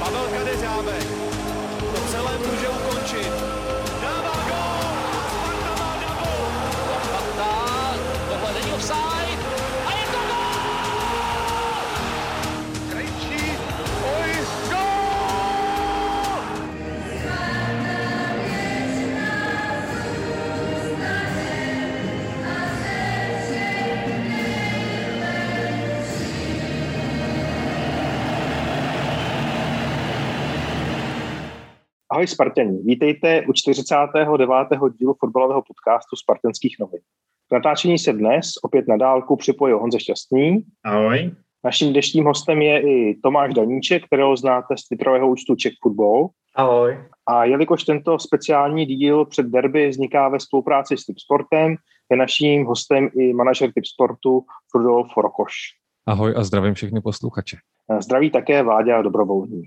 Pavel Kadeřábek to celé může ukončit. Dává gól! Sparta má double! Sparta, tohle není offside a je to gól! Krejčí, oj, gól! Ahoj Spartěni, vítejte u 49. dílu fotbalového podcastu Spartanských novin. K natáčení se dnes opět na dálku připojil Honza Šťastný. Ahoj. Naším dnešním hostem je i Tomáš Daníček, kterého znáte z twitterového účtu Czech Football. Ahoj. A jelikož tento speciální díl před derby vzniká ve spolupráci s Tipsportem, je naším hostem i manažer Tipsportu Rudolf Rokoš. Ahoj a zdravím všechny posluchače. Zdraví také Váďa Dobrovolný.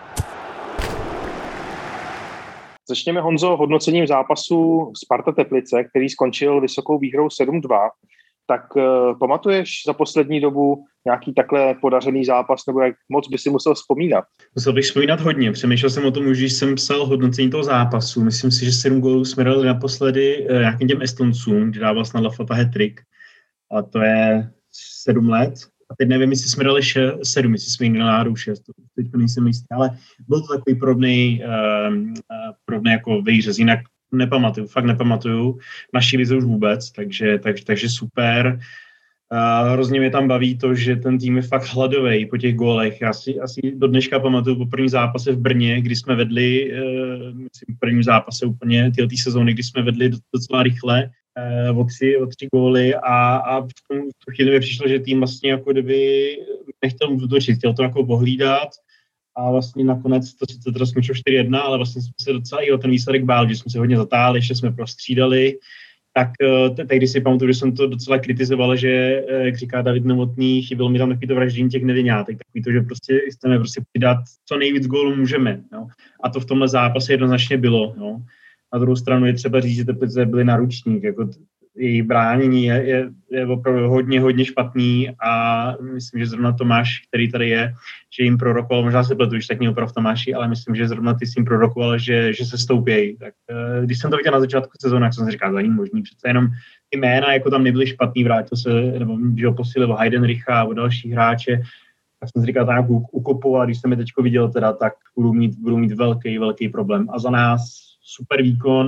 Začněme, Honzo, hodnocením zápasu Sparta Teplice, který skončil vysokou výhrou 7-2. Tak pamatuješ za poslední dobu nějaký takhle podařený zápas, nebo jak moc by si musel vzpomínat? Musel bych vzpomínat hodně. Přemýšlel jsem o tom už, když jsem psal hodnocení toho zápasu. Myslím si, že 7 gólů jsme dali naposledy nějakým těm Estoncům, kdy dával snad Lafata hat-trick. A to je 7 let. A teď nevím, jestli jsme dali 7, jestli jsme jim dali 6. Teď nejsem jistý, ale byl to takový podobný jako výřez. Jinak fakt nepamatuju. Naší vize už vůbec, takže super. Hrozně mě tam baví to, že ten tým je fakt hladový po těch gólech. Já si asi do dneška pamatuju po prvním zápase v Brně, kdy jsme vedli, myslím v prvním zápase úplně té sezóny, kdy jsme vedli docela rychle o 3 góly a v tu chvíli mi přišlo, že tým vlastně jako kdyby nechtěl útočit, chtěl to jako pohlídat a vlastně nakonec to sice teda skončilo 4-1, ale vlastně jsme se docela i o ten výsledek bál, že jsme se hodně zatáhli, že jsme prostřídali. Tak tehdy si pamatuju, že jsem to docela kritizoval, že, jak říká David Novotný, chybělo mi tam takový to vraždění těch nevinátek, takový to, že prostě chceme přidat co nejvíc gólů můžeme. Jo. A to v tomhle zápase jednoznačně bylo. Jo. Na druhou stranu je třeba říct, že Teplice byly na ručník, jako jejich bránění je opravdu hodně špatný a myslím, že zrovna Tomáš, který tady je, že jim prorokoval, možná se pletu, už tak mě oprav Tomáši, ale myslím, že zrovna ty jsi jim prorokoval, že se stoupějí. Tak když jsem to viděl na začátku sezóny, tak jsem si říkal, to není možný, přece jenom ty jména jako tam nebyly špatný, vrátil se, nebo že ho posílil Heidenricha a další hráče, tak jsem si říkal, tak ukopu, a když jsem je teďko viděl teda, tak budu mít velký problém. A za nás super výkon.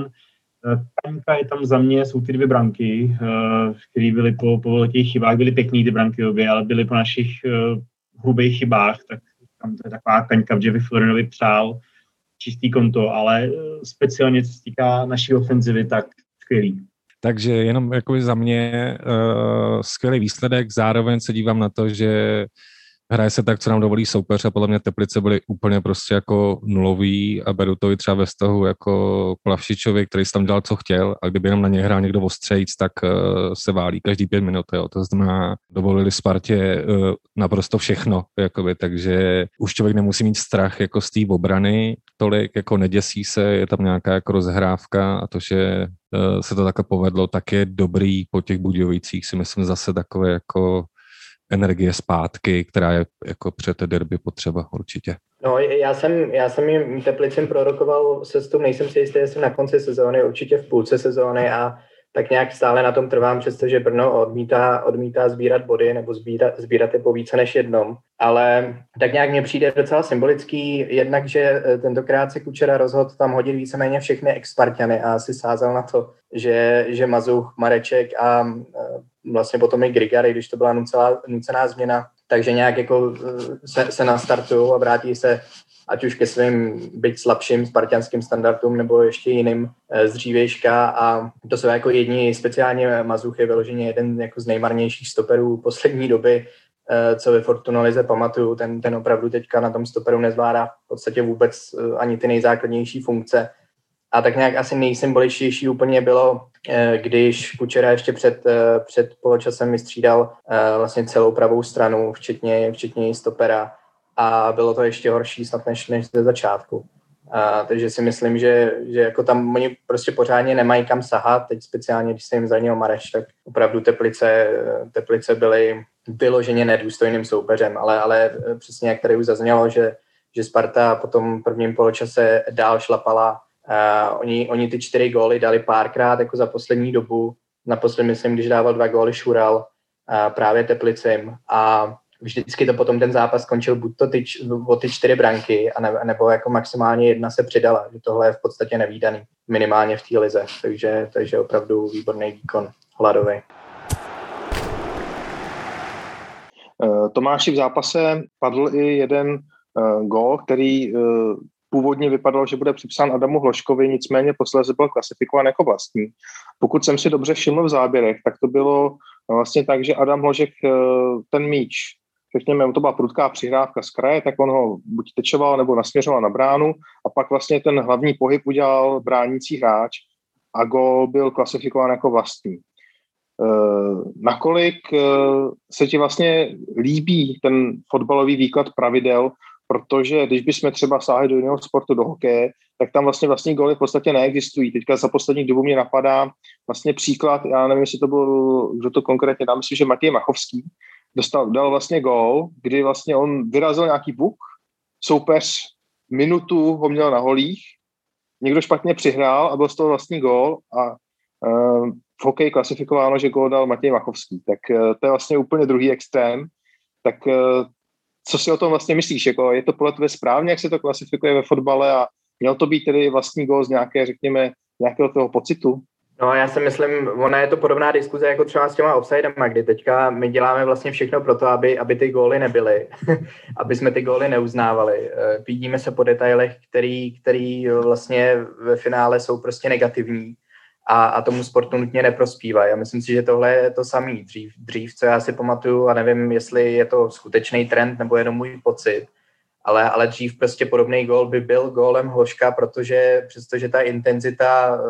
Kaňka je tam za mě, jsou ty 2 branky, které byly po velkých chybách, byly pěkný ty branky obě, ale byly po našich hrubých chybách, tak tam to je taková Kaňka, v Jeffy Florinovi přál čistý konto, ale speciálně co se týká naší ofenzivy, tak skvělý. Takže jenom jakoby za mě skvělý výsledek, zároveň se dívám na to, že hraje se tak, co nám dovolí soupeř a podle mě Teplice byly úplně prostě jako nulový a beru to i třeba ve vztahu jako Plavšičovi, který si tam dělal, co chtěl a kdyby jenom na něj hrál někdo ostřejc, tak se válí každý 5 minut, jo. To znamená, dovolili Spartě naprosto všechno, jakoby, takže už člověk nemusí mít strach jako z té obrany tolik, jako neděsí se, je tam nějaká jako rozhrávka a to, že se to takhle povedlo, tak je dobrý po těch Budějovicích, si myslím zase takové jako energie zpátky, která je jako před derby potřeba určitě. No, já jsem jim Teplicím prorokoval cestu, nejsem si jistý, jestli na konci sezóny, určitě v půlce sezóny a tak nějak stále na tom trvám, přestože Brno odmítá sbírat body nebo sbírat je po více než jednom. Ale tak nějak mně přijde docela symbolický, jednak, že tentokrát se Kučera rozhodl tam hodit víceméně všechny ex-Sparťany a asi sázel na to, že Mazuch, Mareček a vlastně potom i Grigary, když to byla nucená změna, takže nějak jako se nastartují a vrátí se ať už ke svým byť slabším spartanským standardům nebo ještě jiným z dřívějška a to jsou jako jedni, speciálně Mazuch je vyloženě jeden jako z nejmarnějších stoperů poslední doby, co ve Fortunalize pamatuju, ten opravdu teďka na tom stoperu nezvládá v podstatě vůbec ani ty nejzákladnější funkce. A tak nějak asi nejsymboličtější úplně bylo, když Kučera ještě před poločasem vystřídal vlastně celou pravou stranu, včetně stopera. A bylo to ještě horší snad než ze začátku. Takže si myslím, že jako tam oni prostě pořádně nemají kam sahat. Teď speciálně, když se jim zranil Mareš, tak opravdu Teplice byly vyloženě nedůstojným soupeřem. Ale přesně jak tady už zaznělo, že že Sparta po tom prvním poločase dál šlapala. Oni ty 4 góly dali párkrát jako za poslední dobu. Naposled myslím, když dával 2 góly Šural právě Teplicím a vždycky to potom ten zápas skončil buď to o ty 4 branky, nebo jako maximálně 1 se přidala. Že tohle je v podstatě nevídaný, minimálně v té lize. Takže opravdu výborný výkon Hladový. Tomáši, v zápase padl i jeden gól, který původně vypadalo, že bude připsán Adamu Hloškovi, nicméně posléze byl klasifikován jako vlastní. Pokud jsem si dobře všiml v záběrech, tak to bylo vlastně tak, že Adam Hložek ten míč, řekněme, to byla prudká přihrávka z kraje, tak on ho buď tečoval nebo nasměřoval na bránu a pak vlastně ten hlavní pohyb udělal bránící hráč a gól byl klasifikován jako vlastní. Nakolik se ti vlastně líbí ten fotbalový výklad pravidel, protože když bychom třeba sáhli do jiného sportu, do hokeje, tak tam vlastně vlastní góly v podstatě neexistují. Teďka za poslední dobu mě napadá vlastně příklad, já nevím, jestli to byl, kdo to konkrétně dá, myslím, že Matěj Machovský dal vlastně gól, kdy vlastně on vyrazil nějaký buk, soupeř minutu ho měl na holích, někdo špatně přihrál a byl z toho vlastní gól a v hokeji klasifikováno, že gól dal Matěj Machovský. Tak to je vlastně úplně druhý extrém. Tak co si o tom vlastně myslíš? Jako, je to podle tebe správně, jak se to klasifikuje ve fotbale a měl to být tedy vlastní gól z nějaké, řekněme, nějakého toho pocitu? No já si myslím, ona je to podobná diskuze jako třeba s těma offsidema, kdy teďka my děláme vlastně všechno pro to, aby ty góly nebyly, aby jsme ty góly neuznávali. Pídíme se po detailech, který vlastně ve finále jsou prostě negativní a tomu sportu nutně neprospívají. Já myslím si, že tohle je to samý. Dřív, co já si pamatuju, a nevím, jestli je to skutečný trend nebo jenom můj pocit, ale dřív prostě podobný gól by byl gólem Hloška, přestože ta intenzita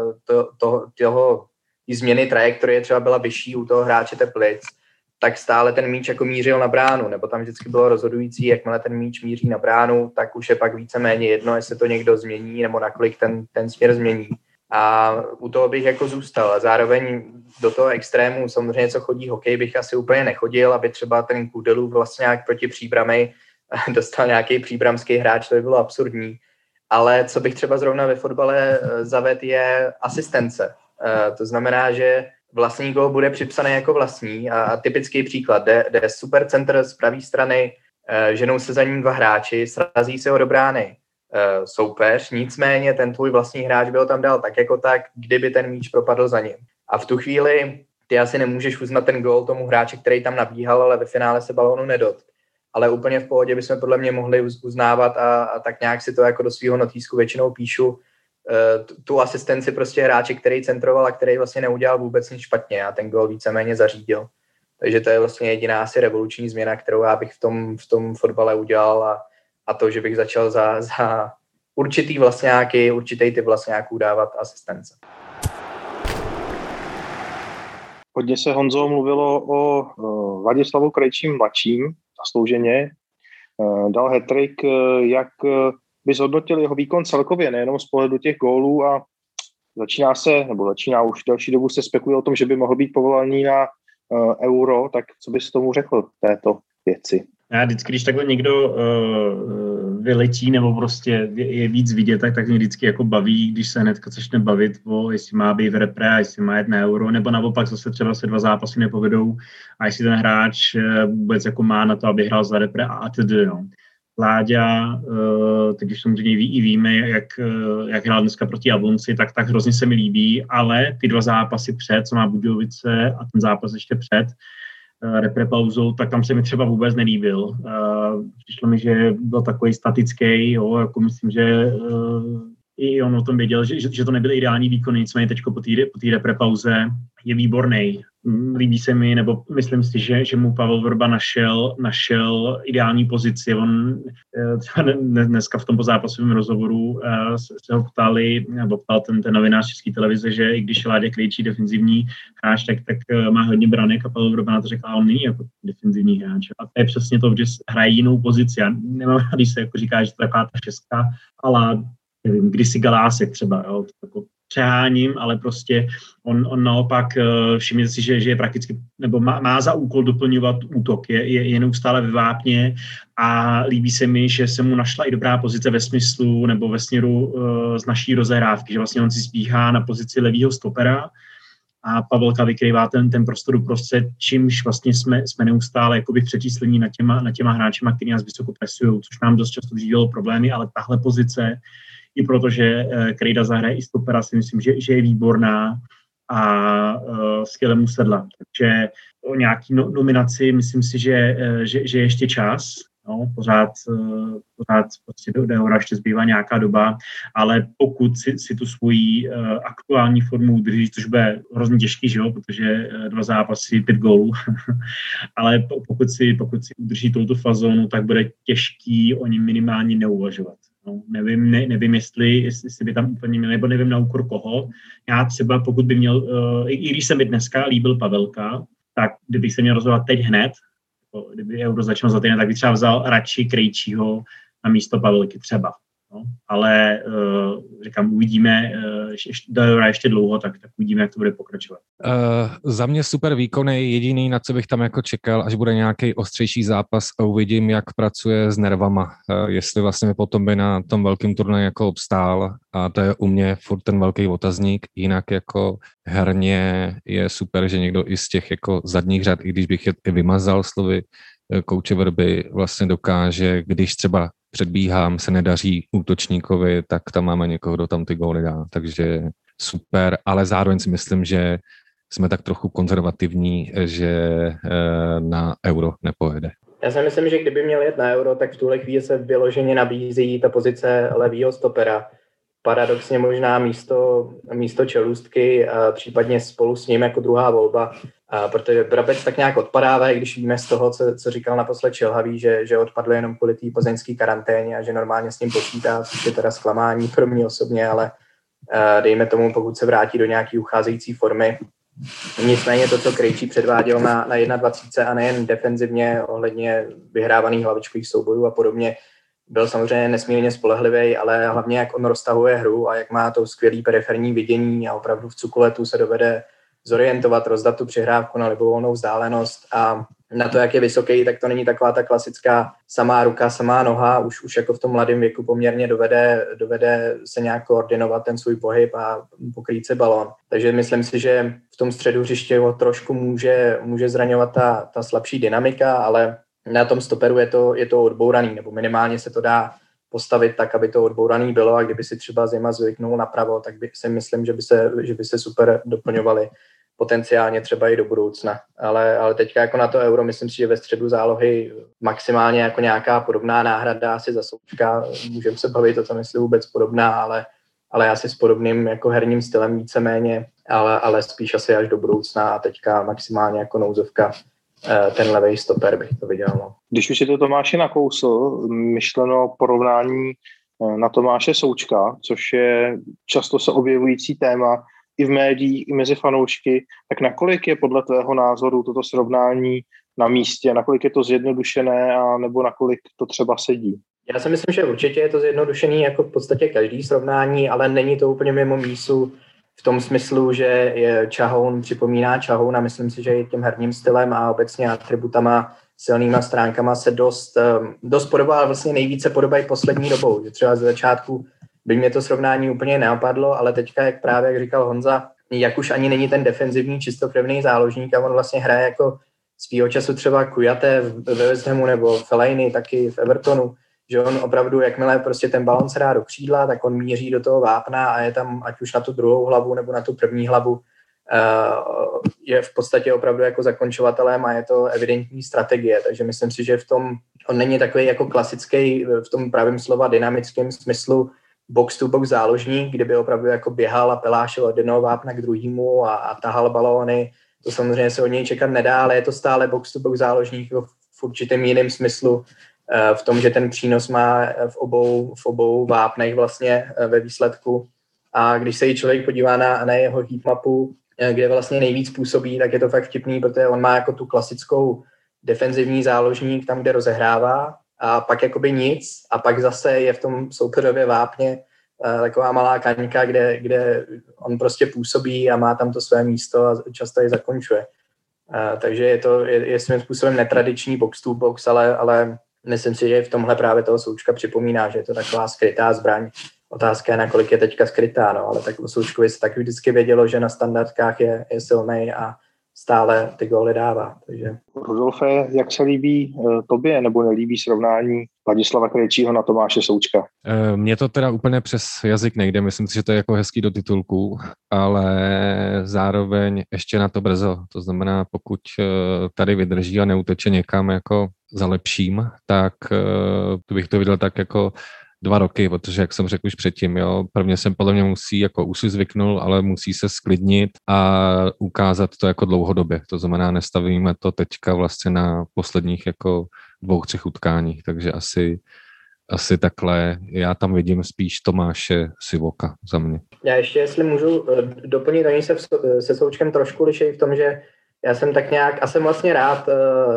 toho změny trajektorie třeba byla vyšší u toho hráče Teplic, tak stále ten míč jako mířil na bránu, nebo tam vždycky bylo rozhodující, jakmile ten míč míří na bránu, tak už je pak víceméně jedno, jestli to někdo změní, nebo nakolik ten směr změní. A u toho bych jako zůstal. A zároveň do toho extrému, samozřejmě co chodí hokej, bych asi úplně nechodil, aby třeba ten Kudelův vlastně nějak proti Příbrami dostal nějaký příbramský hráč, to by bylo absurdní. Ale co bych třeba zrovna ve fotbale zavedl, je asistence. To znamená, že vlastní gól bude připsaný jako vlastní a typický příklad, jde supercenter z pravé strany, ženou se za ním 2 hráči, srazí se ho do brány soupeř, nicméně ten tvůj vlastní hráč by ho tam dal tak jako tak, kdyby ten míč propadl za ním. A v tu chvíli ty asi nemůžeš uznat ten gól tomu hráči, který tam nabíhal, ale ve finále se balónu nedot. Ale úplně v pohodě bychom podle mě mohli uznávat a tak nějak si to jako do svého notýsku většinou píšu, tu asistenci prostě hráči, který centroval a který vlastně neudělal vůbec nic špatně a ten gól víceméně zařídil. Takže to je vlastně jediná asi revoluční změna, kterou já bych v tom fotbale udělal a to, že bych začal za určitý typ vlastňáků dávat asistence. Hodně se, Honzo, mluvilo o Vladislavu Krejčím mladším, zaslouženě. Dal hat-trick, jak by zhodnotil jeho výkon celkově, nejenom z pohledu těch gólů a začíná už další dobu se spekuluje o tom, že by mohl být povolaný na Euro, tak co bys tomu řekl této věci? Já vždycky, když takhle někdo vyletí nebo prostě je víc vidět, tak mě vždycky jako baví, když se hnedka začne bavit jestli má být v repre a jestli má jet na Euro, nebo naopak zase třeba se 2 zápasy nepovedou a jestli ten hráč vůbec jako má na to, aby hrál za repre a tedy. No. Láďa, teď už samozřejmě víme, jak hrál dneska proti Jablonci, tak hrozně se mi líbí, ale ty 2 zápasy před, co má Budějovice a ten zápas ještě před repre pauzou, tak tam se mi třeba vůbec nelíbil. Přišlo mi, že byl takový statický, jo, jako myslím, že i on o tom věděl, že to nebyl ideální výkon, nicméně teď po té repre pauze je výborný. Líbí se mi, nebo myslím si, že mu Pavel Vrba našel ideální pozici. On třeba dneska v tom pozápasovém rozhovoru se ho ptali, nebo ptal ten novinář České televize, že i když Láďa Krejčí defenzivní hráč, tak má hodně branek a Pavel Vrba na to řekl, a on není jako defenzivní hráč. A to je přesně to, že hraje jinou pozici. Já nemám, když se jako říká, že to je taková ta šestka, ale nevím, kdysi Galásek třeba, jo, jako přeháním, ale prostě on naopak všimněte si, že je prakticky, nebo má za úkol doplňovat útok, je neustále ve vápně a líbí se mi, že se mu našla i dobrá pozice ve smyslu nebo ve směru z naší rozehrávky, že vlastně on si spíchá na pozici levýho stopera a Pavelka vykrývá ten prostor uprostřed, čímž vlastně jsme neustále jakoby v přečíslení na těma hráčima, kteří nás vysoko presují, což nám dost často dělalo problémy, ale tahle pozice, i protože Krejda zahraje i stopera, si myslím, že je výborná a skvěle mu sedla. Takže o nějaký nominaci myslím si, že je ještě čas. No, pořád prostě do Eura ještě zbývá nějaká doba, ale pokud si tu svoji aktuální formu udrží, což bude hrozně těžký, že jo, protože 2 zápasy, 5 gólů, ale pokud si udrží touto fazónu, tak bude těžký o ní minimálně neuvažovat. No, nevím, jestli by tam úplně měl, nebo nevím na úkor koho. Já třeba, pokud by měl, i když se mi dneska líbil Pavelka, tak kdybych se měl rozhodovat teď hned, kdyby Euro začal za týden, tak bych třeba vzal radši Krejčího na místo Pavelky třeba. No, ale říkám, uvidíme, do Eura ještě dlouho, tak uvidíme, jak to bude pokračovat. Za mě super výkony, jediný, na co bych tam jako čekal, až bude nějaký ostřejší zápas a uvidím, jak pracuje s nervama. Jestli vlastně potom by na tom velkém turnaji jako obstál, a to je u mě furt ten velký otazník, jinak jako herně je super, že někdo i z těch jako zadních řad, i když bych je vymazal slovy kouče Vrby, vlastně dokáže, když třeba předbíhám, se nedaří útočníkovi, tak tam máme někoho, kdo tam ty góly dá. Takže super, ale zároveň si myslím, že jsme tak trochu konzervativní, že na Euro nepojede. Já si myslím, že kdyby měl jet na Euro, tak v tuhle chvíli se vyloženě nabízí ta pozice levýho stopera. Paradoxně možná místo Čelůstky, případně spolu s ním jako druhá volba, protože Brabec tak nějak odpadává, i když víme z toho, co říkal naposled Šilhavý, že odpadl jenom kvůli té plzeňské karanténě a že normálně s ním počítá, což je teda zklamání pro mě osobně, ale dejme tomu, pokud se vrátí do nějaké ucházející formy. Nicméně to, co Krejčí předváděl na 21 a nejen defenzivně ohledně vyhrávaných hlavičkových soubojů a podobně, byl samozřejmě nesmírně spolehlivý, ale hlavně jak on roztahuje hru a jak má to skvělý periferní vidění a opravdu v cukuletu se dovede zorientovat, rozdat tu přihrávku na libovolnou vzdálenost a na to, jak je vysoký, tak to není taková ta klasická samá ruka, samá noha, už jako v tom mladém věku poměrně dovede se nějak koordinovat ten svůj pohyb a pokrýt se balón. Takže myslím si, že v tom středu hřiště ho trošku může zraňovat ta slabší dynamika, ale na tom stoperu je to odbouraný, nebo minimálně se to dá postavit tak, aby to odbouraný bylo a kdyby si třeba Zima zvyknul napravo, tak si myslím, že by se super doplňovali potenciálně třeba i do budoucna. Ale teďka jako na to Euro, myslím si, že ve středu zálohy maximálně jako nějaká podobná náhrada asi za Součka. Můžeme se bavit o tom, jestli vůbec podobná, ale asi s podobným jako herním stylem víceméně, ale spíš asi až do budoucna a teďka maximálně jako nouzovka. Ten levej stoper bych to viděl. No. Když už si to Tomáši nakousl, myšleno porovnání na Tomáše Součka, což je často se objevující téma i v médiích, i mezi fanoušky, tak nakolik je podle tvého názoru toto srovnání na místě, nakolik je to zjednodušené a nebo nakolik to třeba sedí? Já si myslím, že určitě je to zjednodušený jako v podstatě každý srovnání, ale není to úplně mimo mísu v tom smyslu, že je Čahoun připomíná Čahoun a myslím si, že i tím herním stylem a obecně atributama, silnýma stránkama se dost podobá, ale vlastně nejvíce podobají poslední dobou. Že třeba ze začátku by mě to srovnání úplně neopadlo, ale teďka, jak říkal Honza, jak už ani není ten defenzivní čistokrevný záložník a on vlastně hraje jako svýho času třeba Kouyaté ve West Hamu nebo Fellaini taky v Evertonu, že on opravdu, jakmile prostě ten balon se dá do křídla, tak on míří do toho vápna a je tam, ať už na tu druhou hlavu nebo na tu první hlavu, je v podstatě opravdu jako zakončovatelem a je to evidentní strategie, takže myslím si, že v tom, on není takový jako klasický v tom pravém slova dynamickém smyslu box-to-box záložník, kdyby opravdu jako běhal a pelášil od jednoho vápna k druhému a tahal balóny, to samozřejmě se od něj čekat nedá, ale je to stále box-to-box záložník v určitém jiném smyslu, v tom, že ten přínos má v obou vápnech vlastně ve výsledku. A když se jí člověk podívá na jeho heatmapu, kde vlastně nejvíc působí, tak je to fakt vtipný, protože on má jako tu klasickou defenzivní záložník tam, kde rozehrává a pak jakoby nic a pak zase je v tom soupeřově vápně taková malá kaňka, kde on prostě působí a má tam to své místo a často je zakončuje. Takže je svým způsobem netradiční box to box, ale myslím si, že v tomhle právě toho Součka připomíná, že je to taková skrytá zbraň. Otázka je, nakolik je teďka skrytá, no, ale tak o Součkovi se taky vždycky vědělo, že na standardkách je silnej a stále ty góly dává. Takže. Rudolfe, jak se líbí tobě nebo nelíbí srovnání Ladislava Krejčího na Tomáše Součka? Mně to teda úplně přes jazyk nejde, myslím si, že to je jako hezký do titulků, ale zároveň ještě na to brzo. To znamená, pokud tady vydrží a neuteče někam jako za lepším, tak bych to viděl tak jako 2 roky, protože jak jsem řekl už předtím, jo, prvně jsem podle mě musí, jako už si zvyknul, ale musí se sklidnit a ukázat to jako dlouhodobě. To znamená, nestavíme to teďka vlastně na posledních jako 2-3 utkáních, takže asi takhle. Já tam vidím spíš Tomáše Sivoka za mě. Já ještě, jestli můžu doplnit, oni se Součkem trošku liší v tom, že já jsem tak nějak, a jsem vlastně rád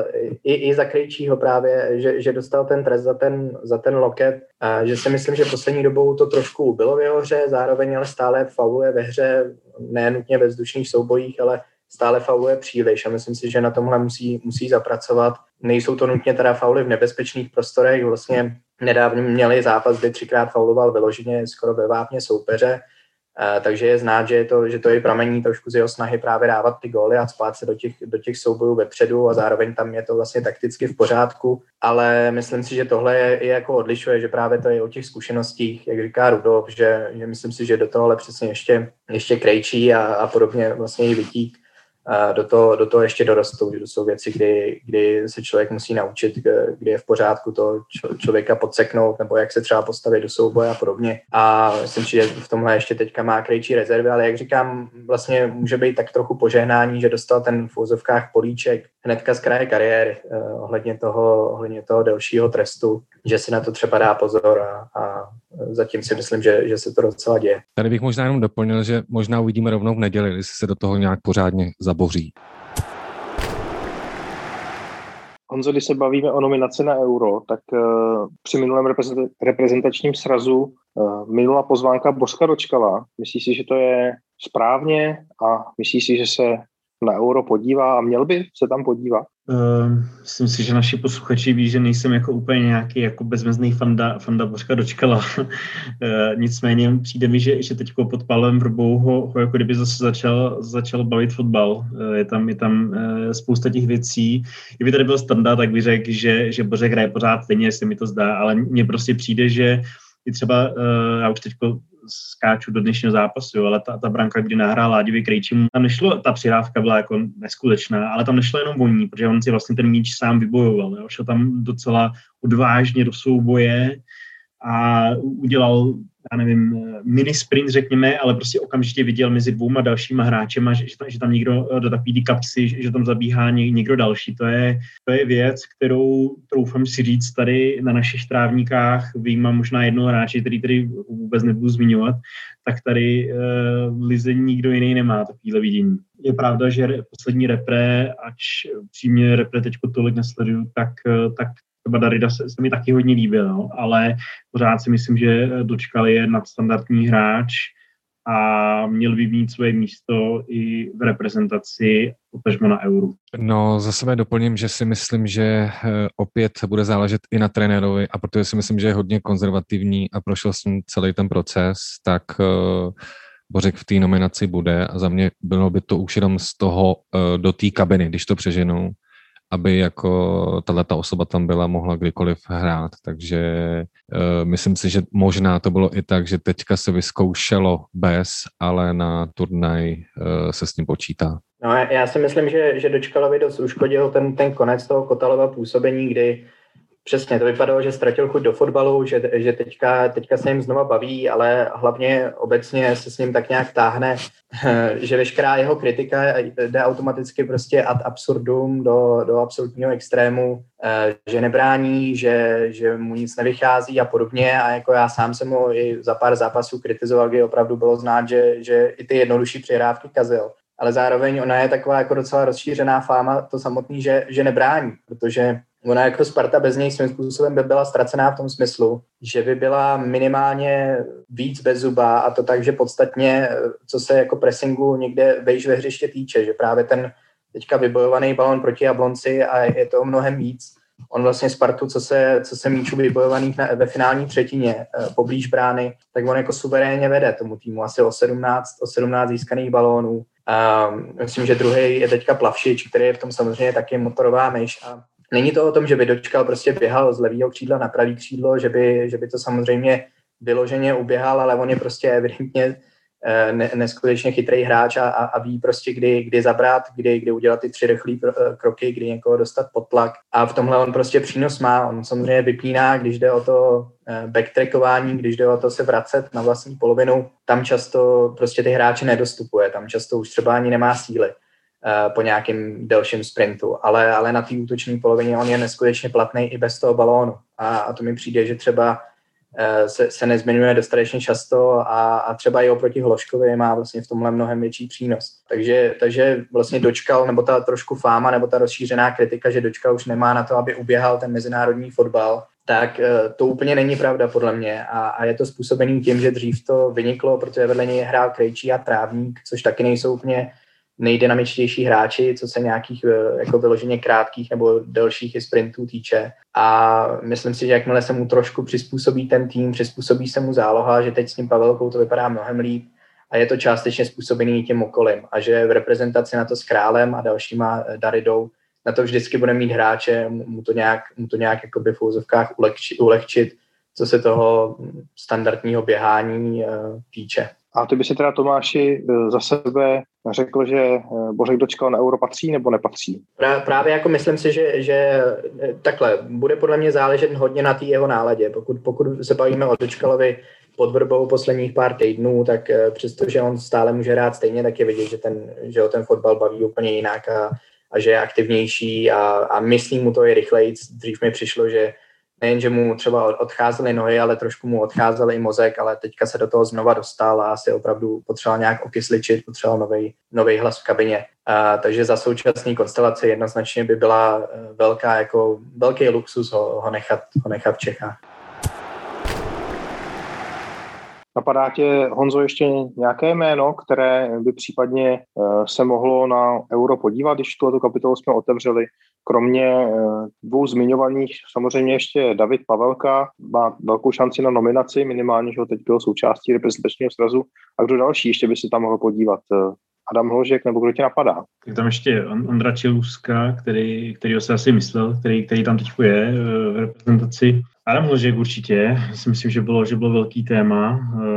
i za Krejčího právě, že dostal ten trest za ten loket, že si myslím, že poslední dobou to trošku bylo v jeho hře, zároveň ale stále fauluje ve hře, ne nutně ve vzdušných soubojích, ale stále fauluje příliš a myslím si, že na tomhle musí zapracovat. Nejsou to nutně teda fauly v nebezpečných prostorech, vlastně nedávno měli zápas, kdy 3krát fauloval vyloženě skoro ve vápně soupeře, takže je znát, že to je pramení trošku z jeho snahy právě dávat ty góly a spát se do těch soubojů vepředu a zároveň tam je to vlastně takticky v pořádku, ale myslím si, že tohle je jako odlišuje, že právě to je o těch zkušenostích, jak říká Rudolf, že myslím si, že do tohohle přesně ještě Krejčí a podobně vlastně i Vitík do toho ještě dorostou, že to jsou věci, kdy se člověk musí naučit, kdy je v pořádku to člověka podseknout, nebo jak se třeba postavit do souboje a podobně. A myslím si, že v tomhle ještě teďka má Krejčí rezervy, ale jak říkám, vlastně může být tak trochu požehnání, že dostal ten v úzovkách políček hnedka z kraje kariéry ohledně toho delšího trestu, že si na to třeba dá pozor a zatím si myslím, že se to docela děje. Tady bych možná jenom doplnil, že možná uvidíme rovnou v neděli, jestli se do toho nějak pořádně zaboří. Honzo, když se bavíme o nominaci na Euro, tak při minulém reprezentačním srazu minula pozvánka Bořka Dočkala. Myslíš si, že to je správně a myslíš si, že se na Euro podívá a měl by se tam podívat? Myslím si, že naši posluchači ví, že nejsem jako úplně nějaký jako bezmezný fanda Bořka Dočkala. Nicméně přijde mi, že teď pod Pavlem Vrbou ho jako kdyby zase začal bavit fotbal. Je tam spousta těch věcí. Kdyby tady byl standard, tak bych řekl, že Bořek hraje pořád stejně, se mi to zdá, ale mně prostě přijde, že i třeba, já už teďko skáču do dnešního zápasu, ale ta branka, kdy nahrál Láďovi Krejčímu, tam nešlo, ta přihrávka byla jako neskutečná, ale tam nešlo jenom o ní, protože on si vlastně ten míč sám vybojoval. Jo? Šel tam docela odvážně do souboje a udělal, já nevím, mini sprint, řekněme, ale prostě okamžitě viděl mezi 2 dalšíma hráčema, že tam někdo do takový kapsy, že tam zabíhá někdo další. To je věc, kterou troufám si říct tady na našich trávníkách, vyjímám možná jednoho hráče, který tady vůbec nebudu zmiňovat, tak tady v lize nikdo jiný nemá takovýhle vidění. Je pravda, že poslední repre, ač přímě repre teďko tolik nesleduju, tak třeba Darida se mi taky hodně líbil, no, ale pořád si myslím, že Dočkal je nadstandardní hráč a měl by mít svoje místo i v reprezentaci, potažmo na Euro. No, za sebe doplním, že si myslím, že opět bude záležet i na trenérovi a protože si myslím, že je hodně konzervativní a prošel s ním celý ten proces, tak Bořek v té nominaci bude a za mě bylo by to už jenom z toho do té kabiny, když to přeženou, aby jako tato osoba tam byla, mohla kdykoliv hrát. Takže myslím si, že možná to bylo i tak, že teďka se vyzkoušelo bez, ale na turnaj se s ním počítá. No, já si myslím, že Dočkalovi dost uškodil ten konec toho Kotalova působení, kdy přesně to vypadalo, že ztratil chuť do fotbalu, že teďka se jim znova baví, ale hlavně obecně se s ním tak nějak táhne, že veškerá jeho kritika jde automaticky prostě ad absurdum do absolutního extrému, že nebrání, že mu nic nevychází a podobně a jako já sám jsem ho i za pár zápasů kritizoval, kdy opravdu bylo znát, že i ty jednodušší přihrávky kazil. ale zároveň ona je taková jako docela rozšířená fáma to samotný, že nebrání, protože ona jako Sparta bez něj svým způsobem by byla ztracená v tom smyslu, že by byla minimálně víc bez zuba a to tak, že podstatně, co se jako pressingu někde vejš ve hřiště týče, že právě ten teďka vybojovaný balón proti Jablonci a je to mnohem víc. On vlastně Spartu, co se míčů vybojovaných ve finální třetině poblíž brány, tak on jako suverénně vede tomu týmu asi o 17 získaných balónů. Myslím, že druhý je teďka Plavšič, který je v tom samozřejmě taky motorová myš. A není to o tom, že by Dočkal prostě běhal z levého křídla na pravý křídlo, že by to samozřejmě vyloženě uběhal, ale on je prostě evidentně neskutečně chytrý hráč a ví prostě, kdy zabrat, kdy udělat ty 3 rychlé kroky, kdy někoho dostat pod tlak. A v tomhle on prostě přínos má. On samozřejmě vypíná, když jde o to backtrackování, když jde o to se vracet na vlastní polovinu. Tam často prostě ty hráče nedostupuje, tam často už třeba ani nemá síly po nějakým delším sprintu, ale na té útoční polovině on je neskutečně platný i bez toho balónu. A to mi přijde, že třeba se nezmiňuje dostatečně často a třeba i oproti Hloškovi má vlastně v tomhle mnohem větší přínos. Takže vlastně Dočkal, nebo ta trošku fáma, nebo ta rozšířená kritika, že Dočkal už nemá na to, aby uběhal ten mezinárodní fotbal, tak to úplně není pravda podle mě a je to způsobený tím, že dřív to vyniklo, protože vedle něj hrál Krejčí a Trávník, což taky nejsou úplně nejdynamičtější hráči, co se nějakých jako vyloženě krátkých nebo delších i sprintů týče. A myslím si, že jakmile se mu trošku přizpůsobí ten tým, přizpůsobí se mu záloha, že teď s tím Pavelkou to vypadá mnohem líp a je to částečně způsobený tím okolím. A že v reprezentaci na to s Králem a dalšíma Daridou na to vždycky bude mít hráče, mu to nějak jakoby v úzovkách ulehčit, co se toho standardního běhání týče. A ty by si teda, Tomáši, za sebe řekl, že Bořek Dočkal na Euro patří nebo nepatří? Právě jako myslím si, že takhle, bude podle mě záležet hodně na té jeho náladě. Pokud se bavíme o Dočkalovi pod Vrbou posledních pár týdnů, tak přestože on stále může hrát stejně, tak je vidět, že ho ten fotbal baví úplně jinak a že je aktivnější a myslí mu to i rychleji. Dřív mi přišlo, že nejen, že mu třeba odcházely nohy, ale trošku mu odcházel i mozek, ale teďka se do toho znova dostal a asi opravdu potřeboval nějak okysličit, potřeboval nový hlas v kabině. Takže za současný konstelaci jednoznačně by byla velký luxus ho nechat v Čechách. Napadá tě, Honzo, ještě nějaké jméno, které by případně se mohlo na Euro podívat, když tuto kapitolu jsme otevřeli? Kromě 2 zmiňovaných samozřejmě ještě David Pavelka má velkou šanci na nominaci, minimálně, že ho teď byl součástí reprezentačního srazu. A kdo další ještě by se tam mohl podívat? Adam Hložek, nebo kdo tě napadá? Tak tam ještě Ondra Čiluska, kterýho se asi myslel, který tam teď je v reprezentaci. Adam Hložek určitě, si myslím, že bylo velký téma,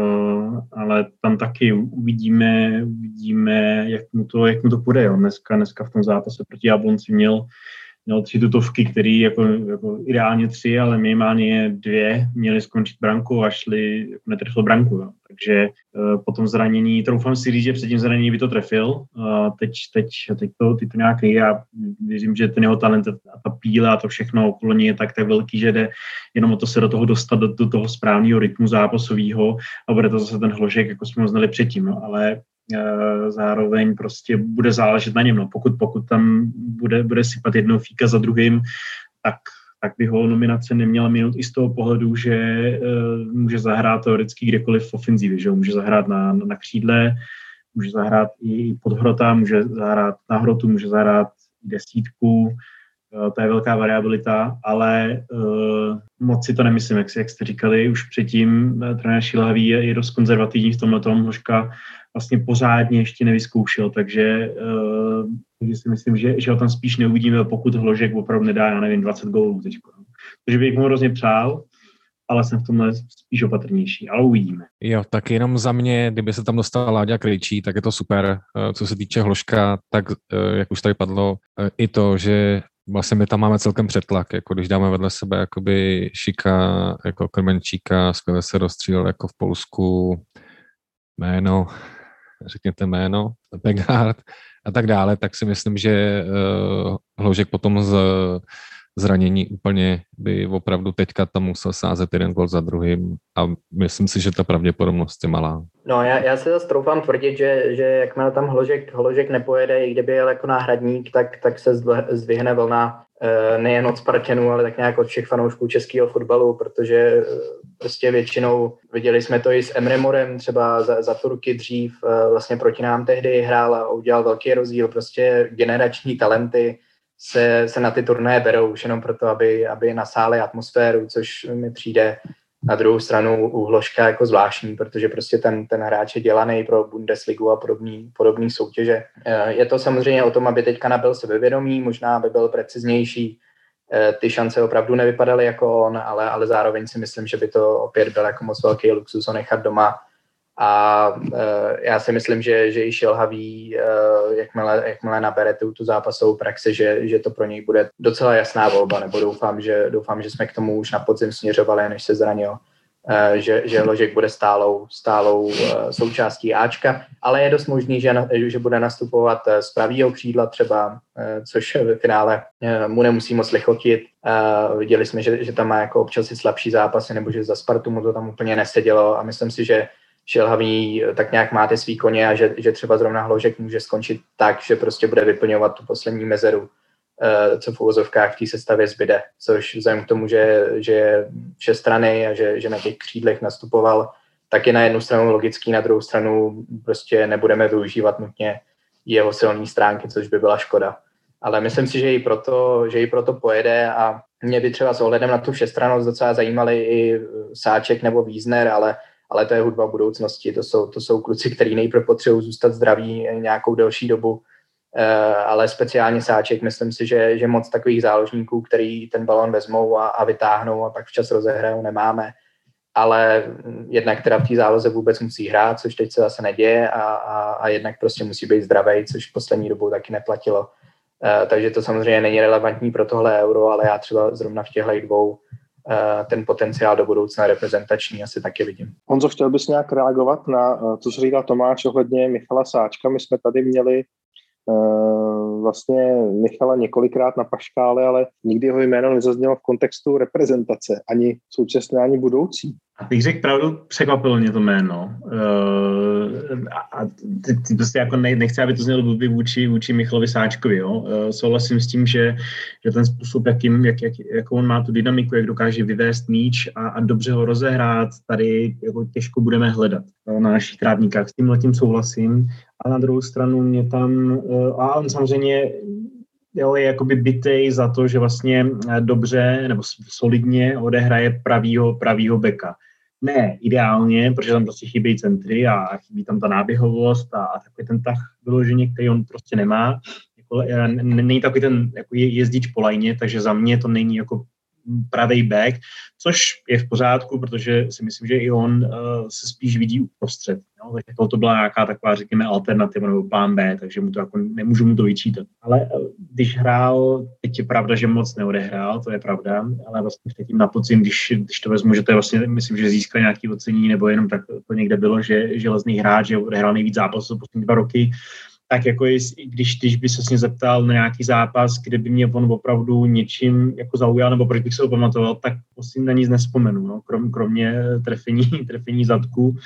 ale tam taky uvidíme, jak mu to půjde. Jo. Dneska v tom zápase proti Jablonci měl 3 tutovky, který jako ideálně 3, ale minimálně 2 měly skončit brankou a netrefil branku. Jo. Takže po tom zranění, troufám si říct, že před tím zranění by to trefil. Teď to nějak nejde. Já věřím, že ten jeho talent a ta píle a to všechno okolo něj je tak velký, že jde jenom o to se do toho dostat, do toho správného rytmu zápasového a bude to zase ten Hložek, jako jsme ho znali předtím. No. Ale zároveň prostě bude záležet na něm. No. Pokud tam bude sypat jednou fíka za druhým, tak by ho nominace neměla minout i z toho pohledu, že může zahrát teoreticky kdekoliv v ofenzivě, že může zahrát na křídle, může zahrát i pod hrota, může zahrát na hrotu, může zahrát desítku, to je velká variabilita, ale moc si to nemyslím, jak jste říkali už předtím, trenér Šilhavý je dost konzervativní v tomhletom, Hložka vlastně pořádně ještě nevyzkoušel, takže si myslím, že ho tam spíš neuvidíme, pokud Hložek opravdu nedá, 20 gólů teďko. Takže bych mu hrozně přál, ale jsem v tomhle spíš opatrnější, ale uvidíme. Jo, tak jenom za mě, kdyby se tam dostala Láďa Krejčí, tak je to super. Co se týče Hložka, tak jak už tady padlo, i to, že vlastně my tam máme celkem přetlak, jako když dáme vedle sebe jakoby Šika, jako Krmenčíka, skvěle se rozstřílel jako v Polsku, řekněte jméno, Begard a tak dále, tak si myslím, že Hložek potom zranění úplně by opravdu teďka tam musel sázet jeden gol za druhým a myslím si, že ta pravděpodobnost je malá. No já se zase troufám tvrdit, že jakmile tam Hložek nepojede, i kdyby jel jako náhradník, tak se zdvihne vlna nejen od Spartanů, ale tak nějak od všech fanoušků českého fotbalu, protože prostě většinou viděli jsme to i s Emre Morem, třeba za Turky dřív, vlastně proti nám tehdy hrál a udělal velký rozdíl, prostě generační talenty se na ty turnaje berou už jenom proto, aby nasáli atmosféru, což mi přijde na druhou stranu u Hložka jako zvláštní, protože prostě ten hráč je dělaný pro Bundesligu a podobný soutěže. Je to samozřejmě o tom, aby teďka nabyl sebevědomí, možná by byl preciznější, ty šance opravdu nevypadaly jako on, ale zároveň si myslím, že by to opět byl jako moc velký luxus ho nechat doma. A já si myslím, že i Šilhavý, jakmile nabere tu zápasovou praxi, že to pro něj bude docela jasná volba, nebo doufám, že jsme k tomu už na podzim směřovali, než se zranil, že Hložek bude stálou součástí Ačka, ale je dost možný, že bude nastupovat z pravýho křídla třeba, což ve finále mu nemusí moc lichotit. Viděli jsme, že tam má jako občas i slabší zápasy, nebo že za Spartu mu to tam úplně nesedělo a myslím si, že Šilhavý tak nějak má ty svý koně a že třeba zrovna Hložek může skončit tak, že prostě bude vyplňovat tu poslední mezeru, co v uvozovkách v té sestavě zbyde, což vzhledem k tomu, že je všestranný a že na těch křídlech nastupoval, tak je na jednu stranu logický, na druhou stranu prostě nebudeme využívat nutně jeho silné stránky, což by byla škoda. Ale myslím si, že i proto pojede a mě by třeba s ohledem na tu všestrannost docela zajímali i Sáček nebo Wiesner, ale to je hudba budoucnosti, to jsou kluci, kteří nejprve potřebují zůstat zdraví nějakou delší dobu, ale speciálně Sáček, myslím si, že moc takových záložníků, který ten balón vezmou a vytáhnou a pak včas rozehrajou, nemáme, ale jednak teda v té záloze vůbec musí hrát, což teď se zase neděje a jednak prostě musí být zdravej, což v poslední dobou taky neplatilo. Takže to samozřejmě není relevantní pro tohle Euro, ale já třeba zrovna v těchto dvou ten potenciál do budoucna reprezentační asi taky vidím. Honzo, chtěl bys nějak reagovat na to, co říkal Tomáš ohledně Michala Sáčka? My jsme tady měli vlastně Michala několikrát na paškále, ale nikdy jeho jméno nezaznělo v kontextu reprezentace, ani současné, ani budoucí. A bych řekl pravdu, překvapilo mě to jméno. A ty prostě jako nechci, aby to znělo blbý vůči Michalovi Sáčkovi. Jo? Souhlasím s tím, že ten způsob, jakou on má tu dynamiku, jak dokáže vyvést míč a dobře ho rozehrát, tady jako těžko budeme hledat na našich trávníkách. S tímhletím souhlasím. A na druhou stranu mě tam, a on samozřejmě je jakoby bitej za to, že vlastně dobře nebo solidně odehraje pravýho beka. Ne ideálně, protože tam prostě chybí centry a chybí tam ta náběhovost a takový ten tah vyloženě, který on prostě nemá. Není takový ten jako jezdič po lajně, takže za mě to není jako pravý back, což je v pořádku, protože si myslím, že i on se spíš vidí uprostřed. No? Takže to byla nějaká taková, řekněme, alternativa nebo plán B, takže mu to jako, nemůžu mu to vyčítat. Ale když hrál, teď je pravda, že moc neodehrál, to je pravda, ale vlastně předtím na podzim, když to vezmu, že to je vlastně, myslím, že získal nějaký ocenění, nebo jenom tak to někde bylo, že železný hráč, že odehrál nejvíc zápasů poslední 2 roky, tak jako když by se s ně zeptal na nějaký zápas, kde by mě on opravdu něčím jako zaujal, nebo proč bych se ho pamatoval, tak prostě na nic nespomenu, no, kromě trefení zadku,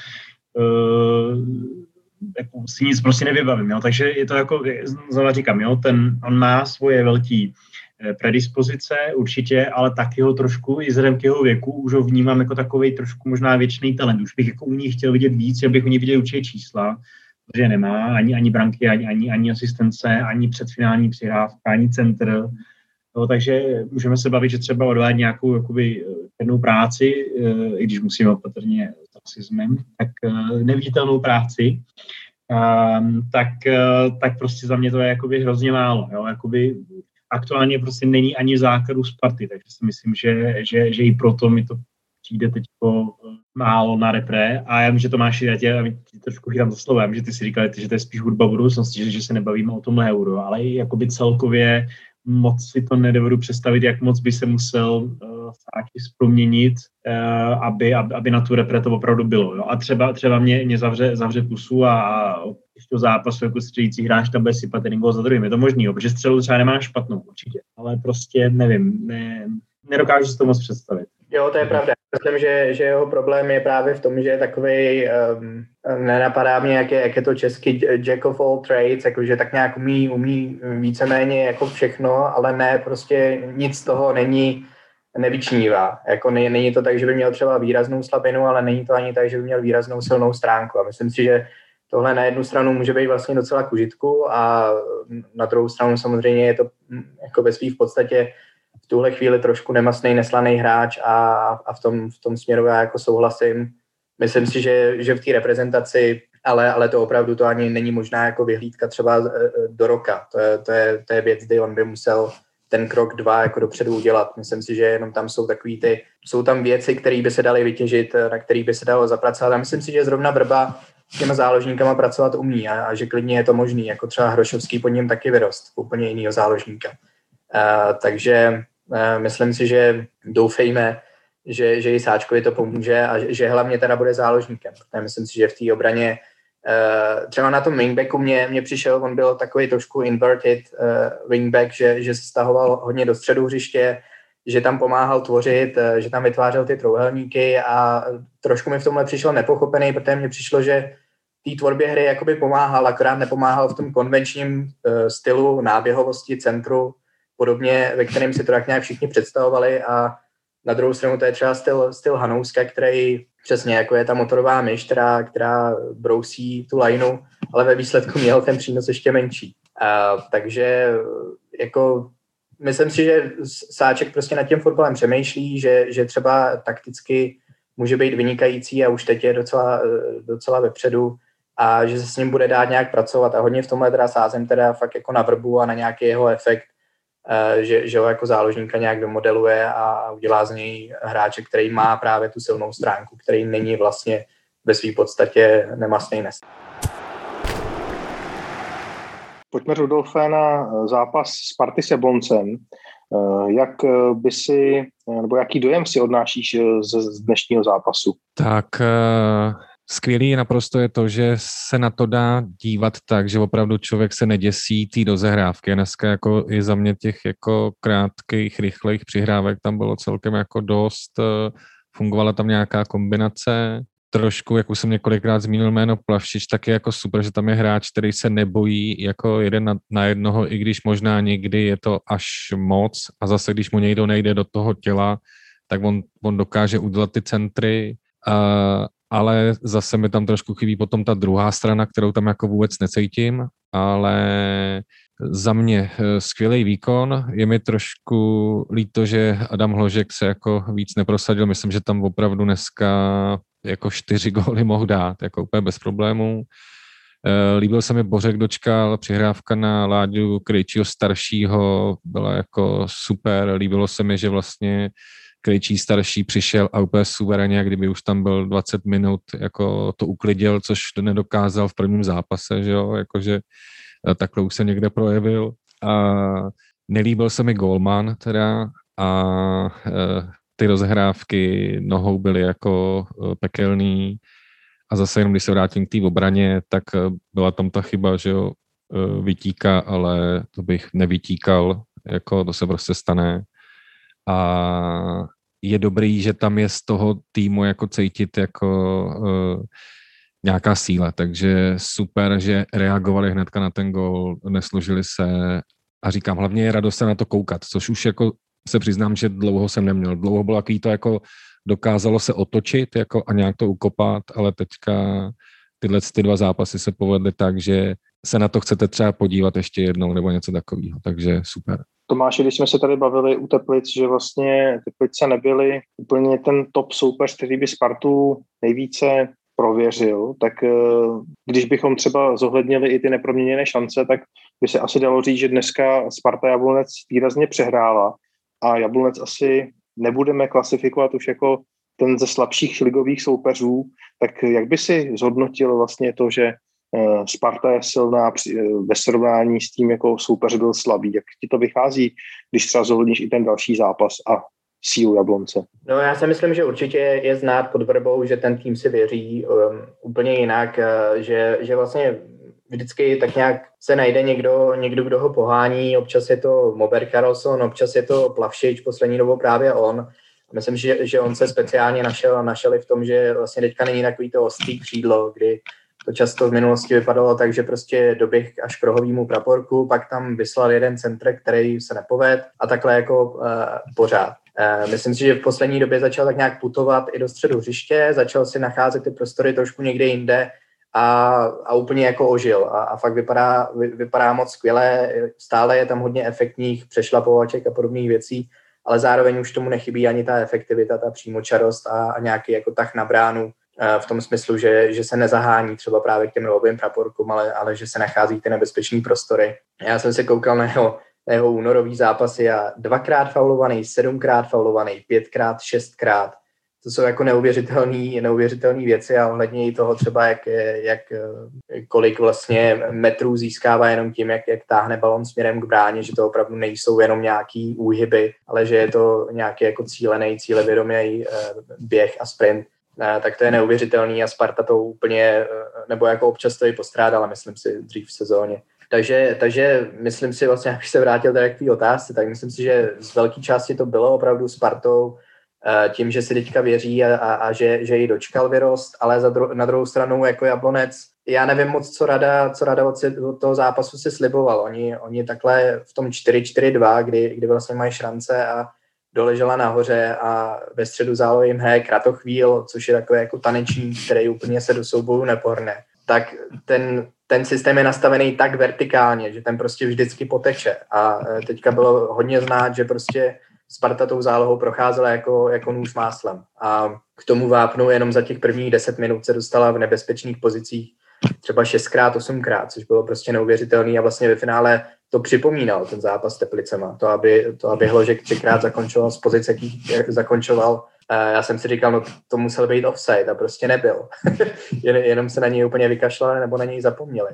jako si nic prostě nevybavím, jo, takže je to jako, znovu říkám, jo, on má svoje velký predispozice určitě, ale taky ho trošku, i vzhledem k jeho věku, už ho vnímám jako takovej trošku možná věčný talent, už bych jako u ní chtěl vidět víc, že bych u ní viděl určitě čísla, protože nemá ani branky, ani asistence, ani předfinální přihrávka, ani centr. No, takže můžeme se bavit, že třeba odvádí nějakou jakoby jednou práci, i když musíme opatrně s rasismem, tak neviditelnou práci, tak prostě za mě to je jakoby hrozně málo. Jo? Jakoby aktuálně prostě není ani v základu Sparty, takže si myslím, že i proto mi to přijde teď málo na repre. A já vím, že Tomáši, já tě trošku chytám za slovem, že ty si říkali, že to je spíš hudba budoucnosti, že se nebavíme o tomhle Euro, ale i jakoby celkově moc si to nedovedu představit, jak moc by se musel Sáčis proměnit, aby na tu repre to opravdu bylo. Jo? A třeba mě zavře pusu a do zápasu jako střelící hráč tam bude sypat jeden gól za druhým. Je to možný, protože střelu třeba nemá špatnou určitě, ale prostě nevím, nedokážu si to moc představit. Jo, to je pravda. Myslím, že jeho problém je právě v tom, že je takovej, nenapadá mě, jak je to český jack of all trades, jakože tak nějak umí víceméně jako všechno, ale ne, prostě nic z toho nevyčnívá. Jako není to tak, že by měl třeba výraznou slabinu, ale není to ani tak, že by měl výraznou silnou stránku. A myslím si, že tohle na jednu stranu může být vlastně docela k užitku a na druhou stranu samozřejmě je to jako ve svým v podstatě v tuhle chvíli trošku nemastný, neslaný hráč a v tom směru já jako souhlasím. Myslím si, že v té reprezentaci, ale to opravdu to ani není možná jako vyhlídka třeba do roka. To je věc, kdy on by musel ten krok 2 jako dopředu udělat. Myslím si, že jenom tam jsou tam věci, které by se daly vytěžit, na které by se dalo zapracovat. A myslím si, že zrovna Vrba s těma záložníkama pracovat umí a že klidně je to možný. Jako třeba Hrošovský pod ním taky vyrost, úplně jinýho záložníka. Takže myslím si, že doufejme, že i Sáčkovi to pomůže a že hlavně teda bude záložníkem. Protože myslím si, že v té obraně třeba na tom wingbacku mě přišel, on byl takový trošku inverted wingback, že se stahoval hodně do středu hřiště, že tam pomáhal tvořit, že tam vytvářel ty trouhelníky a trošku mi v tomhle přišel nepochopený, protože mně přišlo, že té tvorbě hry jakoby pomáhal, akorát nepomáhal v tom konvenčním stylu náběhovosti, centru, podobně, ve kterém si to tak nějak všichni představovali a na druhou stranu to je třeba styl Hanouska, který přesně jako je ta motorová myš, která brousí tu lineu, ale ve výsledku měl ten přínos ještě menší. Takže jako myslím si, že Sáček prostě nad tím fotbalem přemýšlí, že třeba takticky může být vynikající a už teď je docela vepředu a že se s ním bude dát nějak pracovat a hodně v tomhle teda sázem teda fakt jako na Vrbu a na nějaký jeho efekt, že ho jako záložníka nějak domodeluje a udělá z něj hráče, který má právě tu silnou stránku, který není vlastně ve své podstatě nemastný nes. Pojďme, Rudolfe, na zápas Sparty s Jabloncem. Jak by si, nebo jaký dojem si odnášíš z dnešního zápasu? Tak skvělý naprosto je to, že se na to dá dívat tak, že opravdu člověk se neděsí té rozehrávky. Dneska jako i za mě těch jako krátkých, rychlých přihrávek tam bylo celkem jako dost. Fungovala tam nějaká kombinace. Trošku, jak už jsem několikrát zmínil jméno Plavšič, tak je jako super, že tam je hráč, který se nebojí jako jeden na jednoho, i když možná někdy je to až moc a zase, když mu někdo nejde do toho těla, tak on dokáže udělat ty centry, ale zase mi tam trošku chybí potom ta druhá strana, kterou tam jako vůbec necítím, ale za mě skvělý výkon. Je mi trošku líto, že Adam Hložek se jako víc neprosadil. Myslím, že tam opravdu dneska jako 4 góly mohl dát, jako úplně bez problémů. Líbil se mi Bořek dočkal, přihrávka na Láďu Krejčího staršího byla jako super. Líbilo se mi, že vlastně Krejčí starší přišel a úplně suverénně, jak kdyby už tam byl 20 minut, jako to uklidil, což nedokázal v prvním zápase, že jo, jakože takhle už se někde projevil. A nelíbil se mi gólman teda a ty rozehrávky nohou byly jako pekelný a zase jenom když se vrátím k té obraně, tak byla tam ta chyba, že jo, vytíká, ale to bych nevytíkal, jako to se prostě stane. A je dobrý, že tam je z toho týmu jako cítit jako nějaká síla, takže super, že reagovali hnedka na ten gól, nesložili se a říkám, hlavně je radost se na to koukat, což už jako se přiznám, že dlouho jsem neměl. Dlouho bylo takový to jako dokázalo se otočit jako a nějak to ukopat, ale teďka tyhle ty 2 zápasy se povedly tak, že se na to chcete třeba podívat ještě jednou nebo něco takového, takže super. Tomáši, když jsme se tady bavili u Teplic, že vlastně Teplice nebyly úplně ten top soupeř, který by Spartu nejvíce prověřil, tak když bychom třeba zohlednili i ty neproměněné šance, tak by se asi dalo říct, že dneska Sparta Jablonec výrazně přehrála a Jablonec asi nebudeme klasifikovat už jako ten ze slabších ligových soupeřů, tak jak by si zhodnotil vlastně to, že Sparta je silná ve srovnání s tím, jako soupeř byl slabý. Jak ti to vychází, když třeba zohledníš i ten další zápas a sílu Jablonce? No já si myslím, že určitě je znát pod Vrbou, že ten tým si věří úplně jinak, že vlastně vždycky tak nějak se najde někdo, kdo ho pohání, občas je to Mober Karlsson, občas je to Plavšič, poslední dobou právě on. Myslím, že on se speciálně našel i v tom, že vlastně teďka není takový to ostrý křídlo, kdy to často v minulosti vypadalo tak, že prostě doběh až k rohovýmu praporku, pak tam vyslal jeden centr, který se nepovedl a takhle jako pořád. Myslím si, že v poslední době začal tak nějak putovat i do středu hřiště, začal si nacházet ty prostory trošku někde jinde a úplně jako ožil a fakt vypadá moc skvěle, stále je tam hodně efektních přešlapovaček a podobných věcí, ale zároveň už tomu nechybí ani ta efektivita, ta přímočarost a nějaký jako tah na bránu v tom smyslu, že se nezahání třeba právě k těm rohovým praporkům, ale že se nachází ty nebezpečný prostory. Já jsem se koukal na jeho únorový zápasy a 2x faulovaný, 7x faulovaný, 5x, 6x. To jsou jako neuvěřitelné věci a ohledně i toho třeba, kolik vlastně metrů získává jenom tím, jak táhne balon směrem k bráně, že to opravdu nejsou jenom nějaký úhyby, ale že je to nějaký jako cílevědomý běh a sprint. Tak to je neuvěřitelný a Sparta to úplně, nebo jako občas to i postrádala, myslím si, dřív v sezóně. Takže myslím si vlastně, abych se vrátil tady k té otázce, tak myslím si, že z velké části to bylo opravdu Spartou tím, že si teďka věří a že ji dočkal vyrost, ale na druhou stranu jako Jablonec, já nevím moc, co Rada od toho zápasu si sliboval. Oni takhle v tom 4-4-2, kdy vlastně mají šrance a doležela nahoře a ve středu zálohy jim hraje Kratochvíl, což je takový jako tanečník, který úplně se do souboju nepohrne. Tak ten systém je nastavený tak vertikálně, že ten prostě vždycky poteče a teďka bylo hodně znát, že prostě Sparta tou zálohou procházela jako nůž máslem a k tomu vápnu jenom za těch prvních 10 minut se dostala v nebezpečných pozicích třeba 6x, 8x, což bylo prostě neuvěřitelný a vlastně ve finále to připomínal ten zápas s Teplicema. To, aby Hložek 3x zakončoval z pozice, jak zakončoval. Já jsem si říkal, no to musel být offside a prostě nebyl. Jenom se na něj úplně vykašlali nebo na něj zapomněli.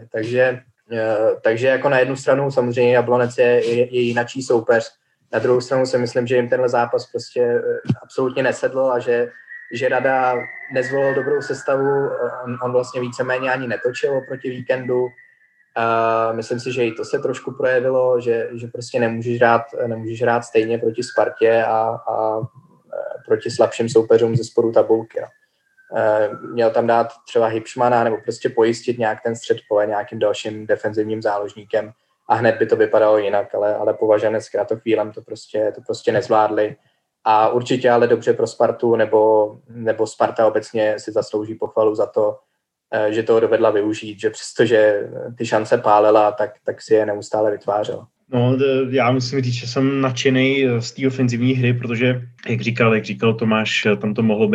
Takže jako na jednu stranu samozřejmě Jablonec je jinačí soupeř. Na druhou stranu si myslím, že jim tenhle zápas prostě absolutně nesedl a že Rada nezvolil dobrou sestavu. On vlastně víceméně ani netočil oproti víkendu. Myslím si, že i to se trošku projevilo, že prostě nemůžeš hrát stejně proti Spartě a proti slabším soupeřům ze spodu tabulky. Měl tam dát třeba Hipšmana nebo prostě pojistit nějak ten střed pole nějakým dalším defenzivním záložníkem a hned by to vypadalo jinak, ale Považanec s Kratochvílem to prostě nezvládli. A určitě ale dobře pro Spartu, nebo Sparta obecně si zaslouží pochvalu za to, že toho dovedla využít, že přestože ty šance pálela, tak si je neustále vytvářela. No, já musím říct, že jsem nadšený z té ofenzivní hry, protože, jak říkal Tomáš, tam to mohlo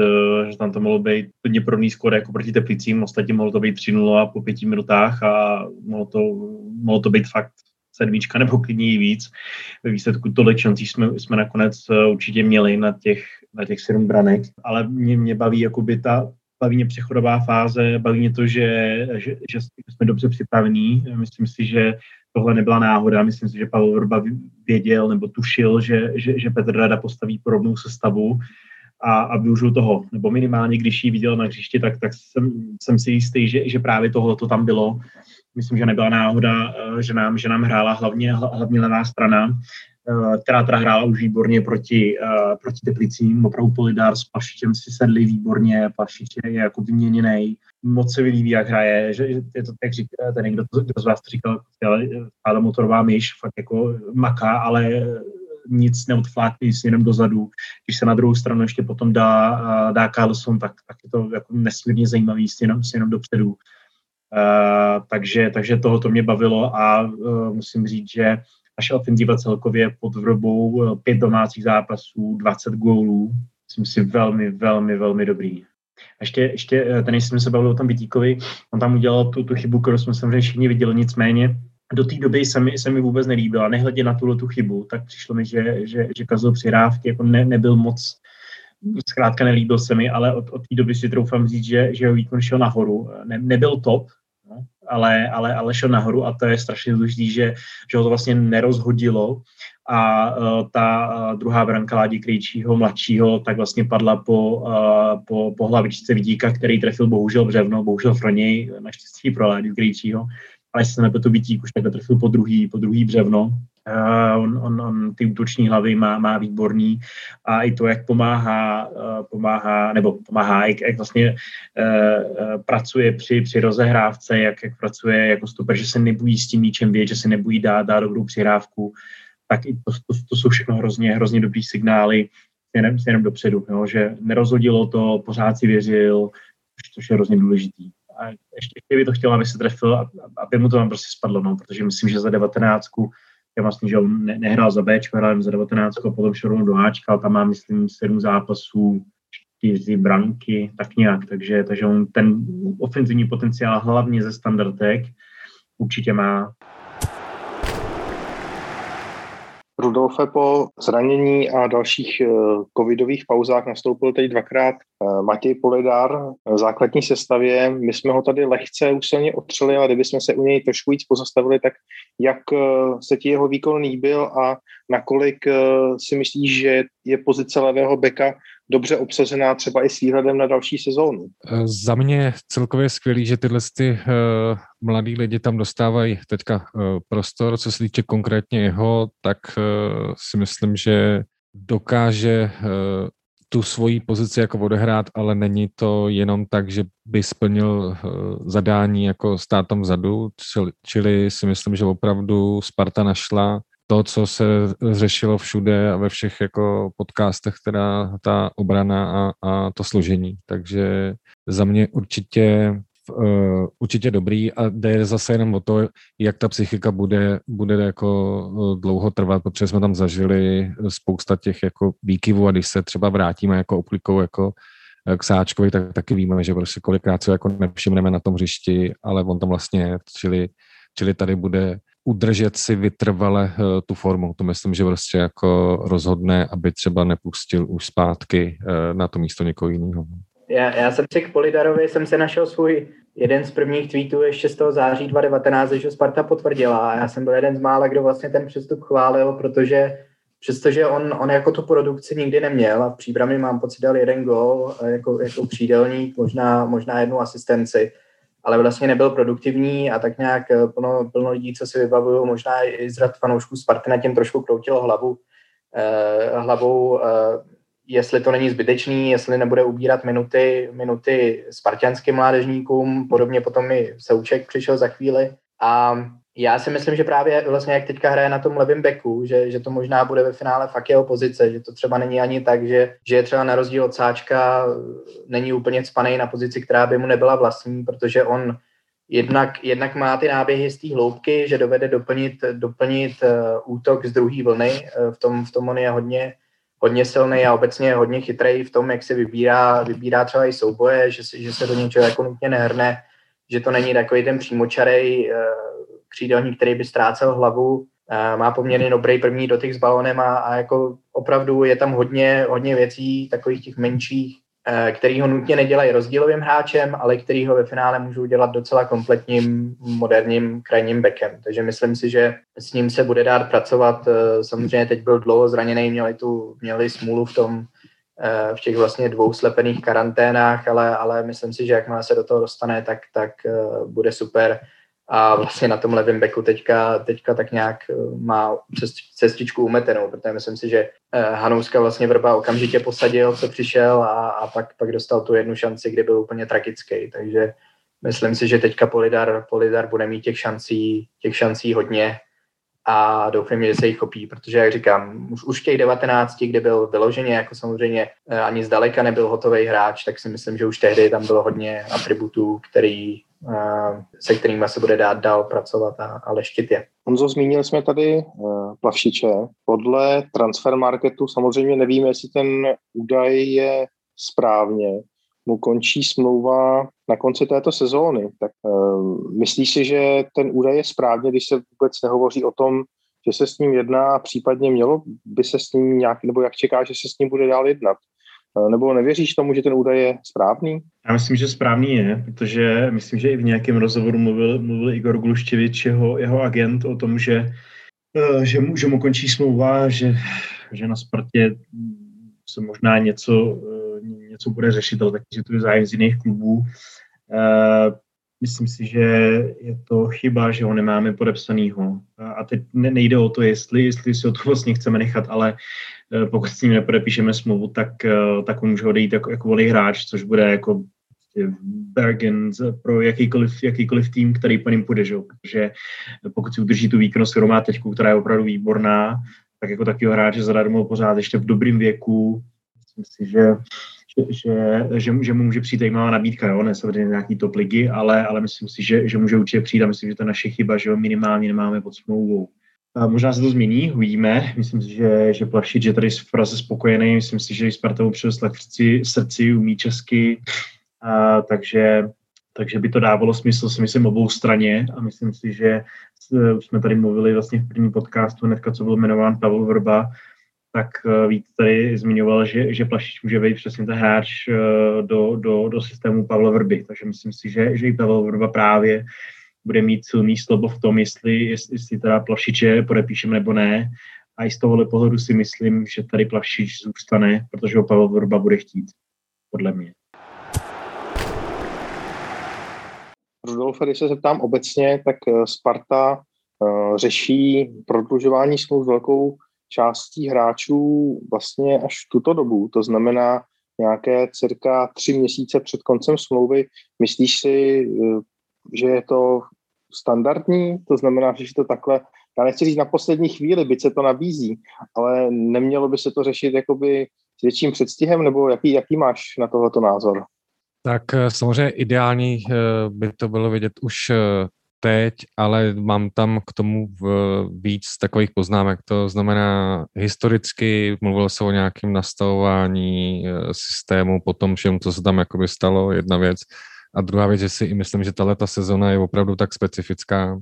být hodně podobný skóre jako proti Teplicím, ostatně mohlo to být 3-0 po 5 minutách a mohlo to být fakt 7 nebo klidně i víc. Ve výsledku tolik šancí jsme nakonec určitě měli na těch 7 branek, ale mě baví baví mě přechodová fáze, baví mě to, že jsme dobře připravení. Myslím si, že tohle nebyla náhoda. Myslím si, že Pavel Vrba věděl nebo tušil, že Petr Rada postaví podobnou sestavu a využil toho. Nebo minimálně, když ji viděl na hřišti, tak jsem si jistý, že právě tohle to tam bylo. Myslím, že nebyla náhoda, že nám hrála hlavně levá strana, která teda hrála už výborně proti Teplicím. Opravdu Polidar s Plavšičem si sedli výborně, Plavšič je jako vyměněnej, moc se vylíbí, jak hraje, že je to tak říká, ten někdo z vás to říkal, ale motorová myš, fakt jako maká, ale nic neodflákne směrem dozadu. Když se na druhou stranu ještě potom dá Karlsson, tak je to jako nesmírně zajímavý směrem dopředu. Takže tohoto mě bavilo a musím říct, že naše ofenziva celkově pod Vrbou 5 domácích zápasů, 20 gólů, myslím si velmi, velmi, velmi dobrý. A ještě ten jsem se bavil o tom Vitíkovi, on tam udělal tu chybu, kterou jsme samozřejmě všichni viděli, nicméně do té doby se mi vůbec nelíbila. Nehledě na tu chybu, tak přišlo mi, že Kazil Přihrávky jako nebyl moc, zkrátka nelíbil se mi, ale od té doby si troufám říct, že jeho výkon šel nahoru. Nebyl top, ale šel nahoru a to je strašně důležitý, že ho to vlastně nerozhodilo a ta druhá branka Ládi Krejčího mladšího tak vlastně padla po hlavičce Vidíka, který trefil bohužel břevno, bohužel pro něj, naštěstí pro Ládi Krejčího, ale jestli se nepletu, Vidík už takhle trefil po druhý břevno. On ty útoční hlavy má výborný a i to, jak pomáhá, jak vlastně pracuje při rozehrávce, jak pracuje jako stoper, že se nebojí s tím míčem vědět, že se nebojí dát dobrou přihrávku, tak i to jsou všechno hrozně dobrý signály směrem dopředu, jo, že nerozhodilo to, pořád si věřil, což je hrozně důležitý. A ještě by to chtěl, aby se trefil, aby mu to tam prostě spadlo, no, protože myslím, že za 19 je vlastně, že on nehrál za Bčko, hrál jen za 19 a potom šel rovnou do Ačka, tam má, myslím, 7 zápasů, 4 branky, tak nějak, takže on ten ofenzivní potenciál hlavně ze standardek určitě má. Rudolfe, po zranění a dalších covidových pauzách nastoupil teď dvakrát Matěj Polidar v základní sestavě. My jsme ho tady lehce úsilně otřeli, ale kdybychom se u něj trošku víc pozastavili, tak jak se ti jeho výkon líbil a nakolik si myslíš, že je pozice levého beka dobře obsazená třeba i s výhledem na další sezónu? Za mě celkově skvělý, že tyhle mladí lidi tam dostávají teďka prostor. Co se týče konkrétně jeho, tak si myslím, že dokáže tu svoji pozici jako odehrát, ale není to jenom tak, že by splnil zadání jako stát tam vzadu, čili si myslím, že opravdu Sparta našla to, co se řešilo všude a ve všech jako podcastech, teda ta obrana a to složení. Takže za mě určitě dobrý a jde zase jenom o to, jak ta psychika bude jako dlouho trvat, protože jsme tam zažili spousta těch jako výkyvů a když se třeba vrátíme jako oplikou jako k Sáčkovi, tak taky víme, že prostě kolikrát se jako nevšimneme na tom hřišti, ale on tam vlastně, čili tady bude udržet si vytrvale tu formu. To myslím, že prostě jako rozhodne, aby třeba nepustil už zpátky na to místo někoho jiného. Já jsem si k Polidarovi jsem se našel svůj jeden z prvních tweetů ještě z toho září 2019, že Sparta potvrdila a já jsem byl jeden z mála, kdo vlastně ten přestup chválil, přestože on jako tu produkci nikdy neměl a v Příbrami mám pocit dal 1 gól jako přídelník, možná 1 asistenci, ale vlastně nebyl produktivní a tak nějak plno lidí, co si vybavují, možná i z řad fanoušků Sparty, na tím trošku kroutilo hlavou, jestli to není zbytečný, jestli nebude ubírat minuty spartanským mládežníkům, podobně potom i Souček přišel za chvíli. A já si myslím, že právě vlastně jak teďka hraje na tom levém beku, že to možná bude ve finále fakt jeho pozice, že to třeba není ani tak, že je třeba na rozdíl od Sáčka není úplně cpanej na pozici, která by mu nebyla vlastní, protože on jednak má ty náběhy z té hloubky, že dovede doplnit útok z druhé vlny, v tom on je hodně silný a obecně hodně chytrý v tom, jak se vybírá třeba i souboje, že se do něčeho jako nutně nehrne, že to není takový ten přímočarej křídelník, který by ztrácel hlavu, má poměrně dobrý první dotyk s balonem a jako opravdu je tam hodně věcí takových těch menších, který ho nutně nedělají rozdílovým hráčem, ale který ho ve finále můžou dělat docela kompletním moderním krajním bekem. Takže myslím si, že s ním se bude dát pracovat. Samozřejmě teď byl dlouho zraněný, měli smůlu v těch vlastně 2 slepených karanténách, ale myslím si, že jakmile se do toho dostane, tak bude super. A vlastně na tom levém beku teďka tak nějak má cestičku umetenou, protože myslím si, že Hanouska vlastně Vrba okamžitě posadil, co přišel a pak dostal tu 1 šanci, kdy byl úplně tragický. Takže myslím si, že teďka Polidar bude mít těch šancí hodně a doufám, že se jich chopí, protože, jak říkám, už v těch 19, kdy byl vyloženě, jako samozřejmě ani zdaleka nebyl hotový hráč, tak si myslím, že už tehdy tam bylo hodně atributů, se kterými se bude dát dál pracovat a leštit je. Honzo, zmínili jsme tady Plavšiče. Podle Transfermarketu samozřejmě nevíme, jestli ten údaj je správně. Mu končí smlouva na konci této sezóny. Tak myslíš si, že ten údaj je správně, když se vůbec nehovoří o tom, že se s ním jedná a případně mělo by se s ním nějak, nebo jak čekáš, že se s ním bude dál jednat? Nebo nevěříš tomu, že ten údaj je správný? Já myslím, že správný je, protože myslím, že i v nějakém rozhovoru mluvil Igor Gluščevič, jeho agent, o tom, že že mu končí smlouva, že na Spartě se možná něco bude řešit, ale taky, že to je zájem z jiných klubů. Myslím si, že je to chyba, že ho nemáme podepsanýho. A teď nejde o to, jestli si o to vlastně chceme nechat, ale pokud s ním nepodepíšeme smlouvu, tak on může odejít jako volný hráč, což bude jako bargain pro jakýkoliv tým, který po něm půjde, že? Protože pokud si udrží tu výkonnost, kterou má teďku, která je opravdu výborná, tak jako takového hráče zadarmo pořád ještě v dobrým věku. Myslím si, že mu může přijít zajímavá nabídka, jo? Ne samozřejmě nějaký top ligy, ale myslím si, že může určitě přijít a myslím, že to je naše chyba, že ho minimálně nemáme pod smlouvou. A možná se to změní, uvidíme. Myslím si, že Plavšič je tady v Praze spokojený, myslím si, že i Sparta mu přirostla k srdci, umí česky, takže by to dávalo smysl, si myslím, obou straně a myslím si, že už jsme tady mluvili vlastně v prvním podcastu, hnedka, co byl jmenován Pavel Vrba, tak Vít tady zmiňoval, že Plavšič může být přesně ten hráč do systému Pavla Vrby, takže myslím si, že i Pavel Vrba právě bude mít silný slovo v tom, jestli teda Plavšiče podepíšeme nebo ne. A i z tohohle pohledu si myslím, že tady Plavšič zůstane, protože ho Pavel Vrba bude chtít, podle mě. Rudolfe, když se zeptám obecně, tak Sparta řeší prodlužování smluv s velkou částí hráčů vlastně až v tuto dobu. To znamená nějaké cirka 3 měsíce před koncem smlouvy. Myslíš si, že je to standardní? To znamená, že to takhle, já nechci říct na poslední chvíli, byť se to nabízí, ale nemělo by se to řešit jakoby s větším předstihem, nebo jaký máš na tohleto názor? Tak samozřejmě ideální by to bylo vidět už teď, ale mám tam k tomu víc takových poznámek. To znamená, historicky mluvil se o nějakém nastavování systému, po tom všem, co se tam jakoby stalo, jedna věc. A druhá věc, že si i myslím, že tato sezona je opravdu tak specifická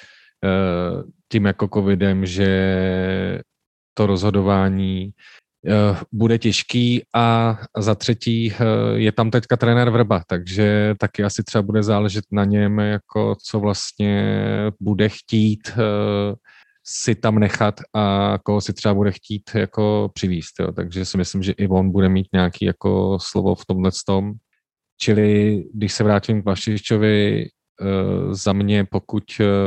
tím jako covidem, že to rozhodování bude těžký a za třetí je tam teďka trenér Vrba, takže taky asi třeba bude záležet na něm, jako co vlastně bude chtít si tam nechat a koho si třeba bude chtít jako přivízt. Jo. Takže si myslím, že i on bude mít nějaký jako slovo v tomhletom. Čili když se vrátím k Plavšičovi, za mě, pokud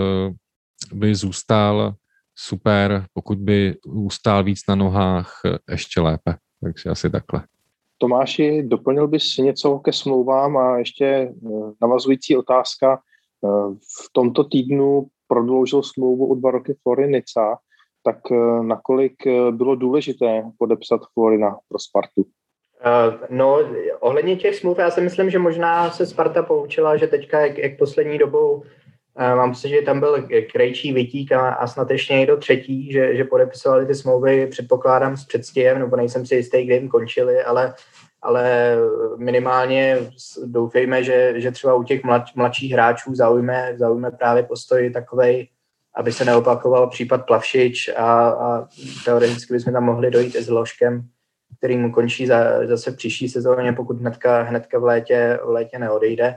by zůstal, super, pokud by ustál víc na nohách, ještě lépe. Takže asi takhle. Tomáši, doplnil bys něco ke smlouvám a ještě navazující otázka. V tomto týdnu prodloužil smlouvu o 2 roky Florin Nica, tak nakolik bylo důležité podepsat Florina pro Spartu? No, ohledně těch smluv, já si myslím, že možná se Sparta poučila, že teďka, jak poslední dobou, mám pocit, že tam byl Krejčí, Vitík a snad ještě někdo třetí, že podepisovali ty smlouvy, předpokládám s předstihem, nebo nejsem si jistý, kde jim končili, ale minimálně doufejme, že třeba u těch mladších hráčů zaujme právě postoj takovej, aby se neopakoval případ Plavšič a teoreticky bychom tam mohli dojít i s Ložkem, který mu končí zase v příští sezóně, pokud hnedka v létě neodejde.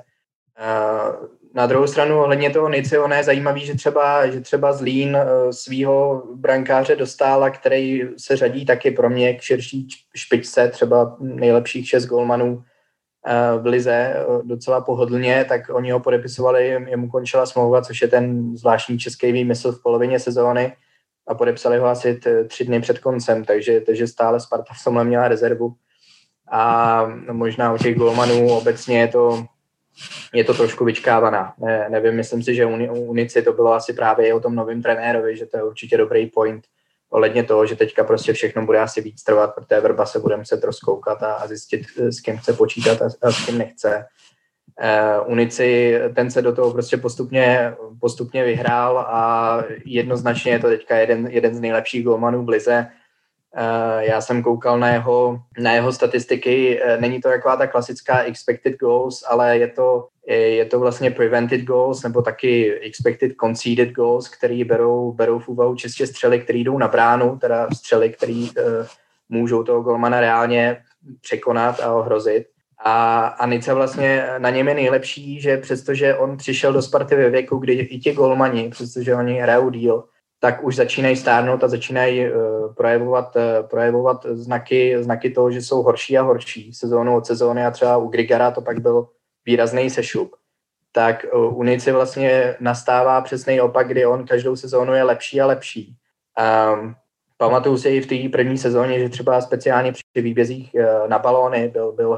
Na druhou stranu ohledně toho Nici, ono je zajímavý, že třeba Zlín svýho brankáře Dostála, který se řadí taky pro mě k širší špičce, třeba nejlepších 6 gólmanů v lize, docela pohodlně, tak oni ho podepisovali, jemu končila smlouva, což je ten zvláštní český výmysl v polovině sezóny a podepsali ho asi 3 dny před koncem, takže stále Sparta v tomhle měla rezervu. A možná u těch gólmanů obecně je to trošku vyčkávaná. Nevím, myslím si, že u Nici to bylo asi právě o tom novém trenérovi, že to je určitě dobrý point ohledně toho, že teďka prostě všechno bude asi víc trvat, protože Vrba se bude muset rozkoukat a zjistit, s kým chce počítat a s kým nechce. U Nici ten se do toho prostě postupně vyhrál a jednoznačně je to teďka jeden z nejlepších golmanů v lize. Já jsem koukal na jeho statistiky, není to taková ta klasická expected goals, ale je to vlastně prevented goals nebo taky expected conceded goals, který berou v úvahu čistě střely, které jdou na bránu, teda střely, které můžou toho golmana reálně překonat a ohrozit. A Nica vlastně na něm je nejlepší, že přestože on přišel do Sparty ve věku, kdy i ti golmani, přestože oni hrajou díl, tak už začínají stárnout a začínají projevovat znaky toho, že jsou horší a horší sezónu od sezóny a třeba u Grigara to pak byl výrazný sešup. Tak u Nici vlastně nastává přesný opak, kdy on každou sezónu je lepší a lepší. Pamatuju si i v té první sezóně, že třeba speciálně při výbězích na balóny byl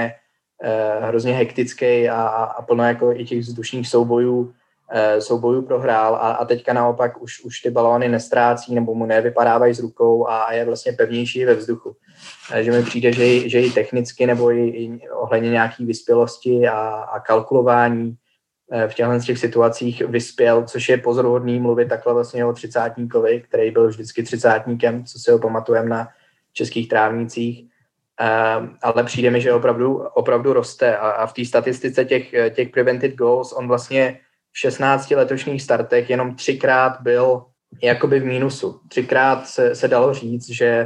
hrozně hektický a plno jako i těch vzdušných soubojů prohrál a teďka naopak už ty balóny nestrácí nebo mu nevypadávají z rukou a je vlastně pevnější ve vzduchu. Že mi přijde, že i technicky nebo i ohledně nějaký vyspělosti a kalkulování v těch situacích vyspěl, což je pozoruhodný mluvit takhle vlastně o třicátníkovi, který byl vždycky třicátníkem, co si ho pamatujeme na českých trávnicích. Ale přijde mi, že opravdu roste a v té statistice těch prevented goals on vlastně v 16 letošních startech jenom 3krát byl jakoby v mínusu. 3krát se dalo říct, že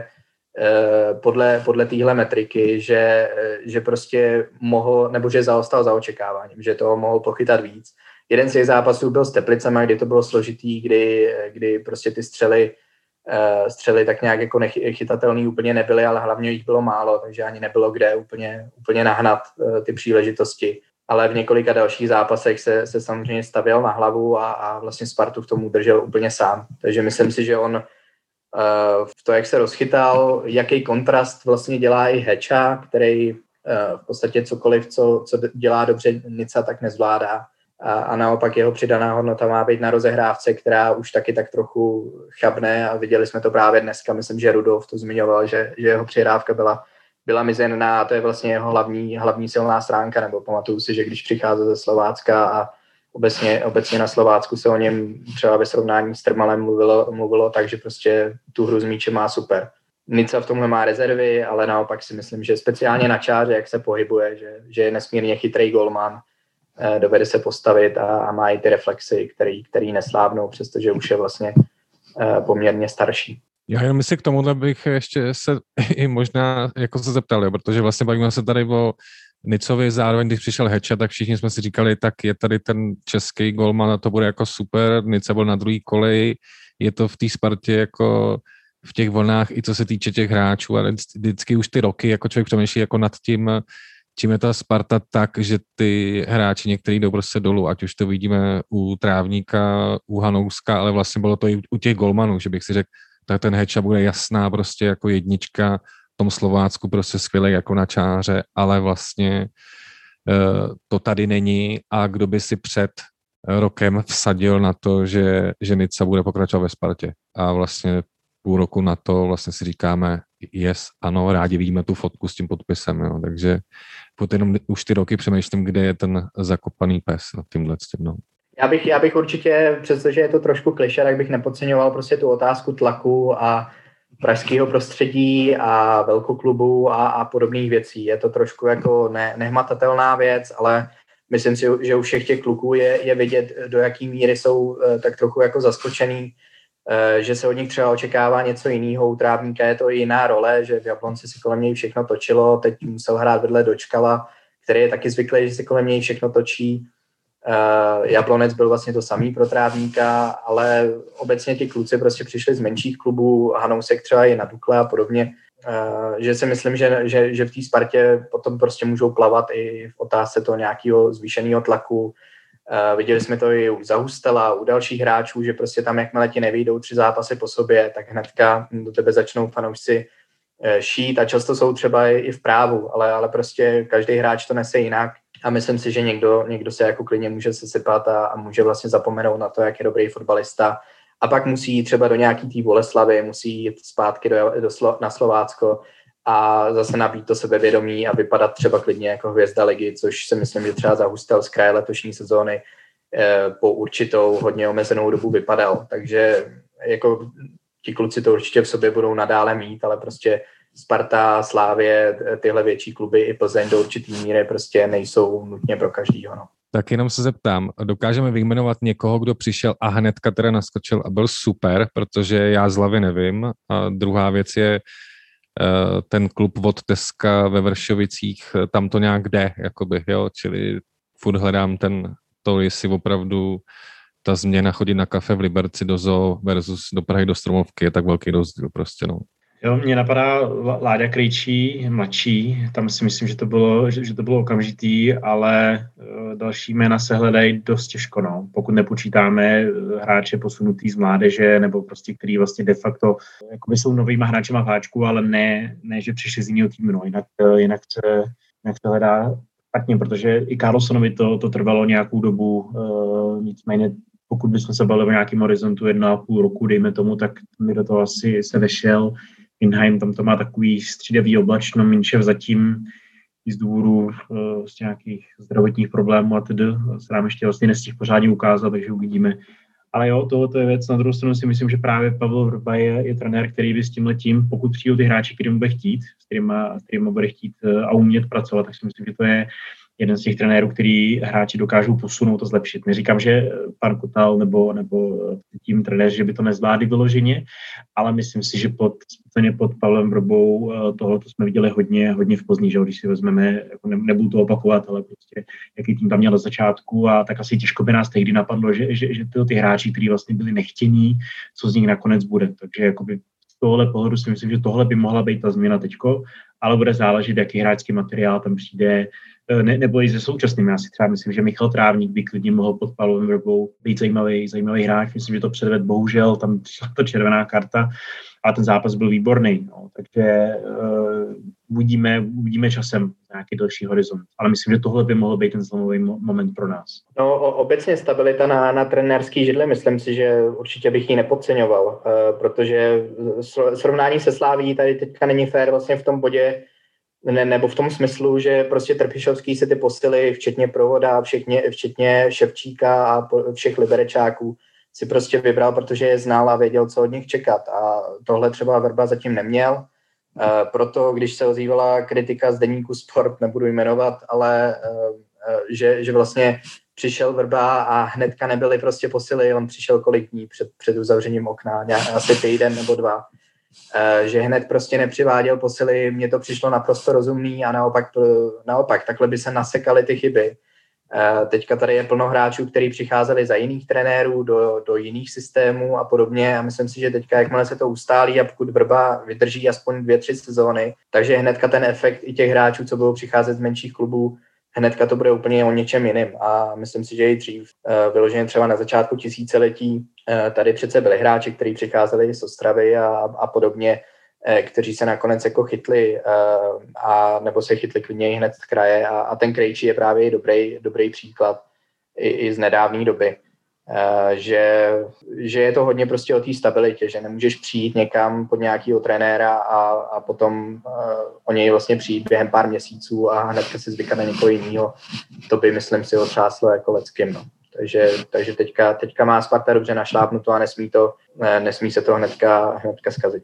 podle téhle metriky, že prostě mohl, nebo že zaostal za očekáváním, že toho mohl pochytat víc. Jeden z těch zápasů byl s Teplicemi, kdy to bylo složitý, kdy prostě ty střely tak nějak jako nechytatelný úplně nebyly, ale hlavně jich bylo málo, takže ani nebylo kde úplně nahnat ty příležitosti. Ale v několika dalších zápasech se samozřejmě stavěl na hlavu a vlastně Spartu v tom udržel úplně sám. Takže myslím si, že on v to, jak se rozchytal, jaký kontrast vlastně dělá i Heča, který v podstatě cokoliv, co dělá dobře Nica, tak nezvládá. A naopak jeho přidaná hodnota má být na rozehrávce, která už taky tak trochu chabne a viděli jsme to právě dneska. Myslím, že Rudolf to zmiňoval, že jeho přihrávka byla mizerná a to je vlastně jeho hlavní silná stránka, nebo pamatuju si, že když přicházel ze Slovácka a obecně na Slovácku se o něm třeba ve srovnání s Trmalem mluvilo tak, že prostě tu hru s míčem má super. Nica v tomhle má rezervy, ale naopak si myslím, že speciálně na čáře, jak se pohybuje, že je nesmírně chytrý golman, dovede se postavit a má i ty reflexy, který neslábnou, přestože už je vlastně poměrně starší. Já jenom si k tomuhle bych ještě se i možná jako se zeptal, jo, protože vlastně bavíme se tady o Nicovi, zároveň když přišel Heča, tak všichni jsme si říkali, tak je tady ten český golman a to bude jako super, Nica byl na druhý koleji, je to v té Spartě jako v těch vlnách i co se týče těch hráčů a vždycky už ty roky jako člověk přemýšlí jako nad tím, čím je ta Sparta tak, že ty hráči některý jdou prostě dolů, ať už to vidíme u Trávníka, u Hanouska, ale vlastně bylo to i u těch golmanů, že bych si řekl, tak ten Heča bude jasná prostě jako jednička v tom Slovácku prostě skvělý jako na čáře, ale vlastně to tady není a kdo by si před rokem vsadil na to, že Nica bude pokračovat ve Spartě a vlastně půl roku na to vlastně si říkáme yes, ano, rádi vidíme tu fotku s tím podpisem, jo, takže jenom už ty roky přemýšlím, kde je ten zakopaný pes na tímhle s tím, no. Já bych určitě, přestože je to trošku klišé, tak bych nepodceňoval prostě tu otázku tlaku a pražského prostředí a velkoklubu a podobných věcí. Je to trošku jako nehmatatelná věc, ale myslím si, že u všech těch kluků je vidět, do jaký míry jsou tak trochu jako zaskočený, že se od nich třeba očekává něco jiného. U Trávníka je to i jiná role, že v Jablonci si kolem něj všechno točilo, teď musel hrát vedle Dočkala, který je taky zvyklý, že se kolem něj všechno točí. Jablonec byl vlastně to samý pro Trávníka, ale obecně ti kluci prostě přišli z menších klubů, Hanousek třeba i na Dukle a podobně, že si myslím, že v té Spartě potom prostě můžou plavat i v otázce toho nějakého zvýšeného tlaku. Viděli jsme to i u Zahustela, u dalších hráčů, že prostě tam, jakmile ti nevyjdou 3 zápasy po sobě, tak hnedka do tebe začnou fanoušci šít a často jsou třeba i v právu, ale prostě každý hráč to nese jinak a myslím si, že někdo se jako klidně může sesypat a může vlastně zapomenout na to, jak je dobrý fotbalista a pak musí jít třeba do nějaký té Boleslavy, musí jít zpátky na Slovácko a zase nabít to sebevědomí a vypadat třeba klidně jako hvězda ligy, což si myslím, že třeba Zahustel z kraje letošní sezóny po určitou hodně omezenou dobu vypadal. Takže jako ti kluci to určitě v sobě budou nadále mít, ale prostě Sparta, Slávie, tyhle větší kluby i Plzeň do určitý míry prostě nejsou nutně pro každýho. No. Tak jenom se zeptám, dokážeme vyjmenovat někoho, kdo přišel a hnedka teda naskočil a byl super, protože já z hlavy nevím. A druhá věc je ten klub od Teska ve Vršovicích, tam to nějak jde, jakoby, jo, čili furt hledám to, jestli opravdu ta změna chodit na kafe v Liberci do zoo versus do Prahy do Stromovky je tak velký rozdíl prostě, no. Jo, mě napadá Láďa Krejčí, mladší, tam si myslím, že to bylo okamžitý, ale další jména se hledají dost těžko, no. Pokud nepočítáme hráče posunutý z mládeže, nebo prostě, který vlastně de facto jakoby jsou novýma hráčema v háčku, ale ne, že přišli z jiného týmu, no. Jinak se hledá špatně, protože i Carlsonovi to trvalo nějakou dobu, nicméně pokud bychom se bavili o nějakém horizontu 1,5 roku, dejme tomu, tak mi do toho asi se vešel. Inheim, tam to má takový střídavý oblačno, Minčev zatím z důvodu z nějakých zdravotních problémů a tedy se nám ještě vlastně nestihl pořádně ukázat, takže uvidíme. Ale jo, tohle je věc. Na druhou stranu si myslím, že právě Pavel Vrba je trenér, který by s tímhletím, pokud přijdou ty hráči, kterým bude chtít, s kterýma bude chtít a umět pracovat, tak si myslím, že to je jeden z těch trenérů, který hráči dokážou posunout a zlepšit. Neříkám, že pan Kotal nebo tým trenér, že by to nezvládli vyloženě, ale myslím si, že pod Pavlem Vrbou tohle jsme viděli hodně v Plzni, že když si vezmeme, jako nebudu to opakovat, ale prostě jaký tým tam měl na začátku a tak asi těžko by nás tehdy napadlo, že ty hráči, kteří vlastně byli nechtění, co z nich nakonec bude. Takže jakoby z tohohle pohledu si myslím, že tohle by mohla být ta změna teďko, ale bude záležet, jaký hráčský materiál tam přijde, nebo i se současným. Já si třeba myslím, že Michal Trávník by klidně mohl pod Pavlem Vrbou být zajímavý hráč. Myslím, že to předved, bohužel, tam přišla ta červená karta, ale ten zápas byl výborný. No. Takže uvidíme časem nějaký další horizont. Ale myslím, že tohle by mohl být ten zlomový moment pro nás. No, obecně stabilita na trenérský židli, myslím si, že určitě bych ji nepodceňoval, protože srovnání se Sláví tady teďka není fér vlastně v tom bodě, nebo v tom smyslu, že prostě Trpišovský si ty posily, včetně Provoda, včetně Ševčíka a všech liberečáků, si prostě vybral, protože je znal a věděl, co od nich čekat. A tohle třeba Vrba zatím neměl. Proto, když se ozývala kritika z deníku Sport, nebudu jmenovat, ale že vlastně přišel Vrba a hnedka nebyly prostě posily, on přišel kolik dní před uzavřením okna, asi týden nebo 2. Že hned prostě nepřiváděl posily, mně to přišlo naprosto rozumný a naopak takhle by se nasekaly ty chyby. Teďka tady je plno hráčů, kteří přicházeli za jiných trenérů, do jiných systémů a podobně a myslím si, že teďka, jakmile se to ustálí a pokud Vrba vydrží aspoň 2-3 sezóny, takže hnedka ten efekt i těch hráčů, co budou přicházet z menších klubů, hnedka to bude úplně o něčem jiným a myslím si, že i dřív, vyloženě třeba na začátku tisíciletí, tady přece byli hráči, kteří přicházeli z Ostravy a podobně, kteří se nakonec jako chytli a nebo se chytli klidně i hned z kraje a ten Krejčí je právě dobrý příklad i z nedávné doby, že je to hodně prostě o té stabilitě, že nemůžeš přijít někam pod nějakýho trenéra a potom o něj vlastně přijít během pár měsíců a hnedka si zvykat na někoho jiného. To by, myslím si, otřáslo jako leckým, no. Takže teďka má Sparta dobře našlápnuto a nesmí se to hnedka zkazit.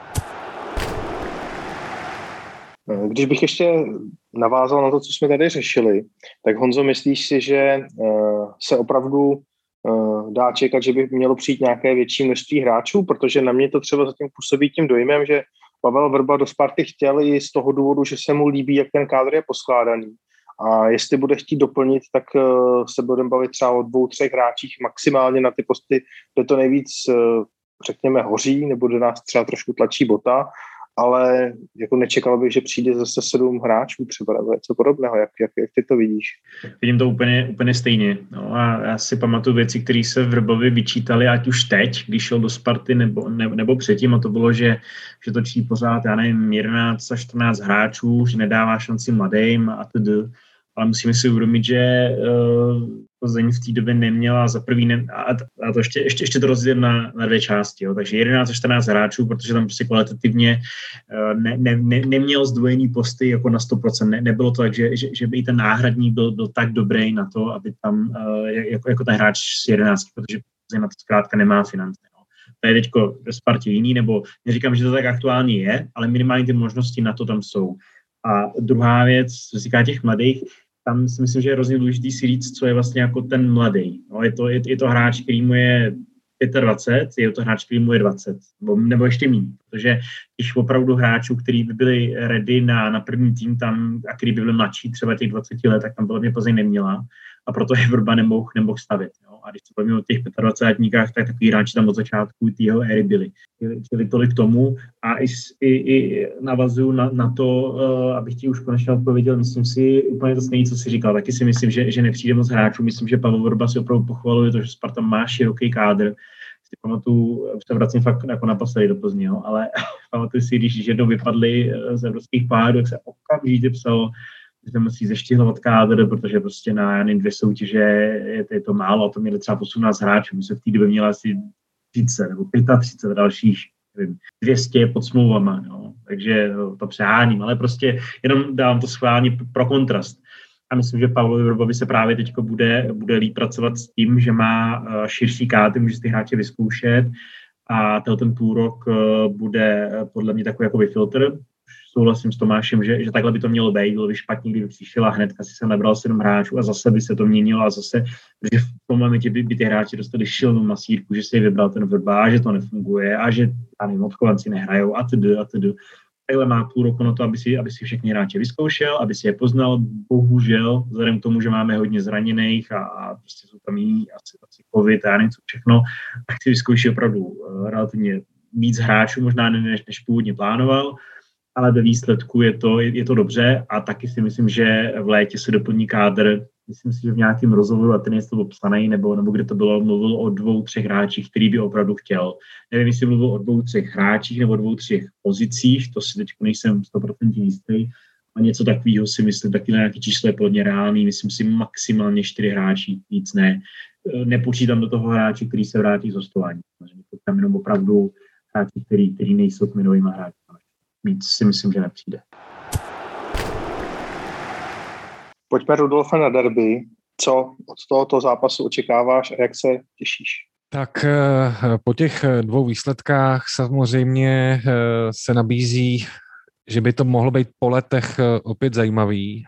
Když bych ještě navázal na to, co jsme tady řešili, tak Honzo, myslíš si, že se opravdu dá čekat, že by mělo přijít nějaké větší množství hráčů, protože na mě to třeba zatím působí tím dojmem, že Pavel Vrba do Sparty chtěl i z toho důvodu, že se mu líbí, jak ten kádr je poskládaný. A jestli bude chtít doplnit, tak se budeme bavit třeba o 2-3 hráčích maximálně na ty posty, kde to nejvíc, řekněme, hoří, nebo do nás třeba trošku tlačí bota, ale jako nečekal bych, že přijde zase 7 hráčů třeba, nebo něco podobného. Jak ty to vidíš? Vidím to úplně stejně. No a já si pamatuju věci, které se Vrbovi vyčítali, ať už teď, když šel do Sparty, nebo předtím, a to bylo, že točí pořád, já nevím, 11 až 14 hráčů, že nedává šanci mladým a tedy. Ale musíme si uvědomit, že Plzeň v té době neměla za prvý, a to ještě to rozdělit na 2 části. Jo. Takže 11 až 14 hráčů, protože tam prostě kvalitativně neměl zdvojený posty jako na 100%. Nebylo to tak, že by i ten náhradník byl tak dobrý na to, aby tam jako ten hráč z 11, protože Plzeň na to zkrátka nemá finance. No. To je teďko ve Spartě jiný, nebo neříkám, že to tak aktuálně je, ale minimálně ty možnosti na to tam jsou. A druhá věc, co se týká těch mladých, tam si myslím, že je hrozně důležitý si říct, co je vlastně jako ten mladý. No, je to hráč, který mu je 25, je to hráč, který mu je 20, nebo ještě méně, protože když opravdu hráčů, kteří by byli ready na první tým tam a kteří by byli mladší, třeba těch 20 let, tak tam podle mě Plzeň neměla a proto je Vrba nemohl stavit. Jo. A když se bavíme o těch 25-tníkách, tak takový hráči tam od začátku té jeho éry byli. Čili tolik tomu a i navazuju na to, abych ti už konečně odpověděl, myslím si úplně to stejné, co jsi říkal. Taky si myslím, že nepřijde moc hráčů. Myslím, že Pavel Vrba si opravdu pochvaluje to, že Sparta má široký kádr. Si pamatuju, se vracím fakt jako naposledy do Plzně, ale pamatuju si, když jednou vypadli z evropských pádů, jak se okamžitě psalo, že se musí zeštíhlovat kádr, protože prostě na 2 soutěže je to málo a to měli třeba 18 hráčů. My se v té době měla asi 30 nebo 35 dalších, nevím, 200 pod smlouvama, no. Takže to přeháním, ale prostě jenom dávám to schválně pro kontrast. A myslím, že Pavlovi Vrbovi se právě teď bude líp pracovat s tím, že má širší kádr, může si ty hráče vyzkoušet a ten půlrok bude podle mě takový jakoby filtr. Souhlasím s Tomášem, že takhle by to mělo být, bylo by špatně, kdyby přišel a hnedka si se nabral 7 hráčů a zase by se to měnilo a zase, že v tom momentě by ty hráči dostali šilnou masírku, že si vybral ten Vrba a že to nefunguje a že tam odchovanci nehrajou a td. Takhle má půl roku na to, aby si všechny hráče vyzkoušel, aby si je poznal. Bohužel, vzhledem k tomu, že máme hodně zraněných a prostě jsou tam jiní asi covid a já nevím co všechno, tak si vyzkouší opravdu relativně víc hráčů, možná než původně plánoval, ale ve výsledku je to dobře a taky si myslím, že v létě se doplní kádr. Myslím si, že v nějakém rozhovoru, a ten je to obsaný, nebo kde to bylo, mluvil o 2-3 hráčích, který by opravdu chtěl. Nevím, jestli mluvil o 2-3 hráčích nebo 2-3 pozicích, to si teď nejsem 100% jistý, a něco takového si myslím, taky na nějaké číslo je plně reálný, myslím si maximálně 4 hráči, víc ne. Nepočítám do toho hráči, který se vrátí z hostování. Tam jenom opravdu hráči, který nejsou kmenovými hráči. Víc si myslím, že nepřijde. Pojďme, Rudolfe, na derby. Co od tohoto zápasu očekáváš a jak se těšíš? Tak po těch 2 výsledkách samozřejmě se nabízí, že by to mohlo být po letech opět zajímavý.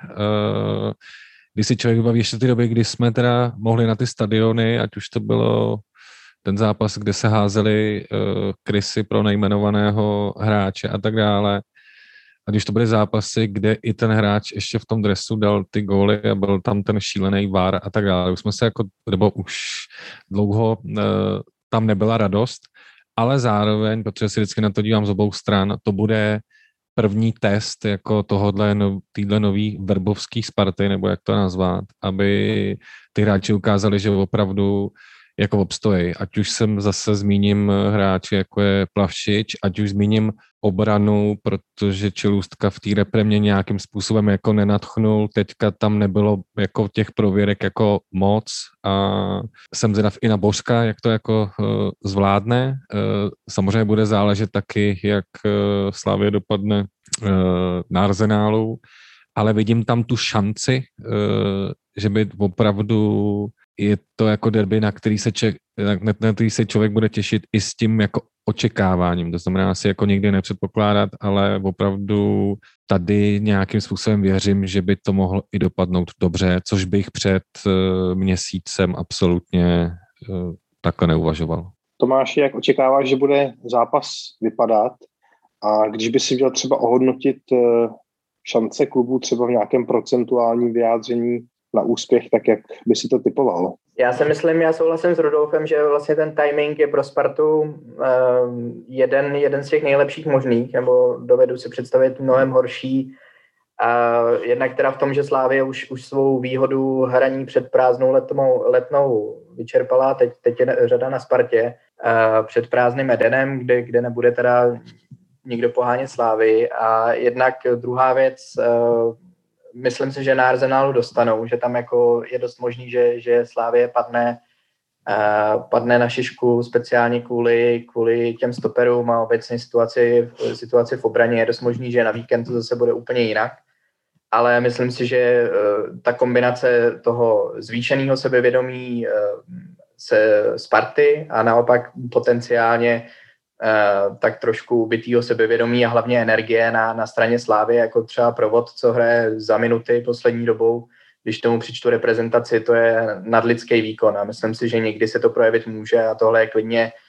Když si člověk vybaví ještě ty doby, kdy jsme teda mohli na ty stadiony, ať už to bylo ten zápas, kde se házely krysy pro nejmenovaného hráče a tak dále. A když to byly zápasy, kde i ten hráč ještě v tom dresu dal ty góly a byl tam ten šílený VAR a tak dále. Už jsme se nebo už dlouho tam nebyla radost, ale zároveň, protože si vždycky na to dívám z obou stran, to bude první test jako týhle nový verbovský Sparty, nebo jak to nazvat, aby ty hráči ukázali, že opravdu jako obstojí. Ať už jsem zase zmíním hráči, jako je Plavšič, ať už zmíním obranu, protože Čelůstka v té repre mě nějakým způsobem jako nenadchnul. Teďka tam nebylo jako těch prověrek jako moc a jsem zvědav i na Bořka, jak to jako zvládne. Samozřejmě bude záležet taky, jak Slavia dopadne na Arsenálu, ale vidím tam tu šanci, že by opravdu je to jako derby, na který se člověk bude těšit i s tím jako očekáváním. To znamená asi jako nikdy nepředpokládat, ale opravdu tady nějakým způsobem věřím, že by to mohlo i dopadnout dobře, což bych před měsícem absolutně takhle neuvažoval. Tomáši, jak očekáváš, že bude zápas vypadat? A když by si měl třeba ohodnotit šance klubu třeba v nějakém procentuálním vyjádření na úspěch, tak jak by si to typoval? Já souhlasím s Rudolfem, že vlastně ten timing je pro Spartu jeden z těch nejlepších možných, nebo dovedu si představit mnohem horší. Jednak teda v tom, že Slavia už svou výhodu hraní před prázdnou letnou vyčerpala, teď je řada na Spartě před prázdným Edenem, kde nebude teda nikdo pohánět Slavii. A jednak druhá věc, myslím si, že na Arsenálu dostanou, že tam jako je dost možný, že Slavie padne na šišku speciálně kvůli těm stoperům a obecně situaci v obraně. Je dost možný, že na víkend to zase bude úplně jinak. Ale myslím si, že ta kombinace toho zvýšeného sebevědomí se Sparty a naopak potenciálně tak trošku ubitýho sebevědomí a hlavně energie na straně Slávy, jako třeba Provod, co hraje za minuty poslední dobou. Když tomu přičtu reprezentaci, to je nadlidský výkon a myslím si, že někdy se to projevit může a tohle je klidně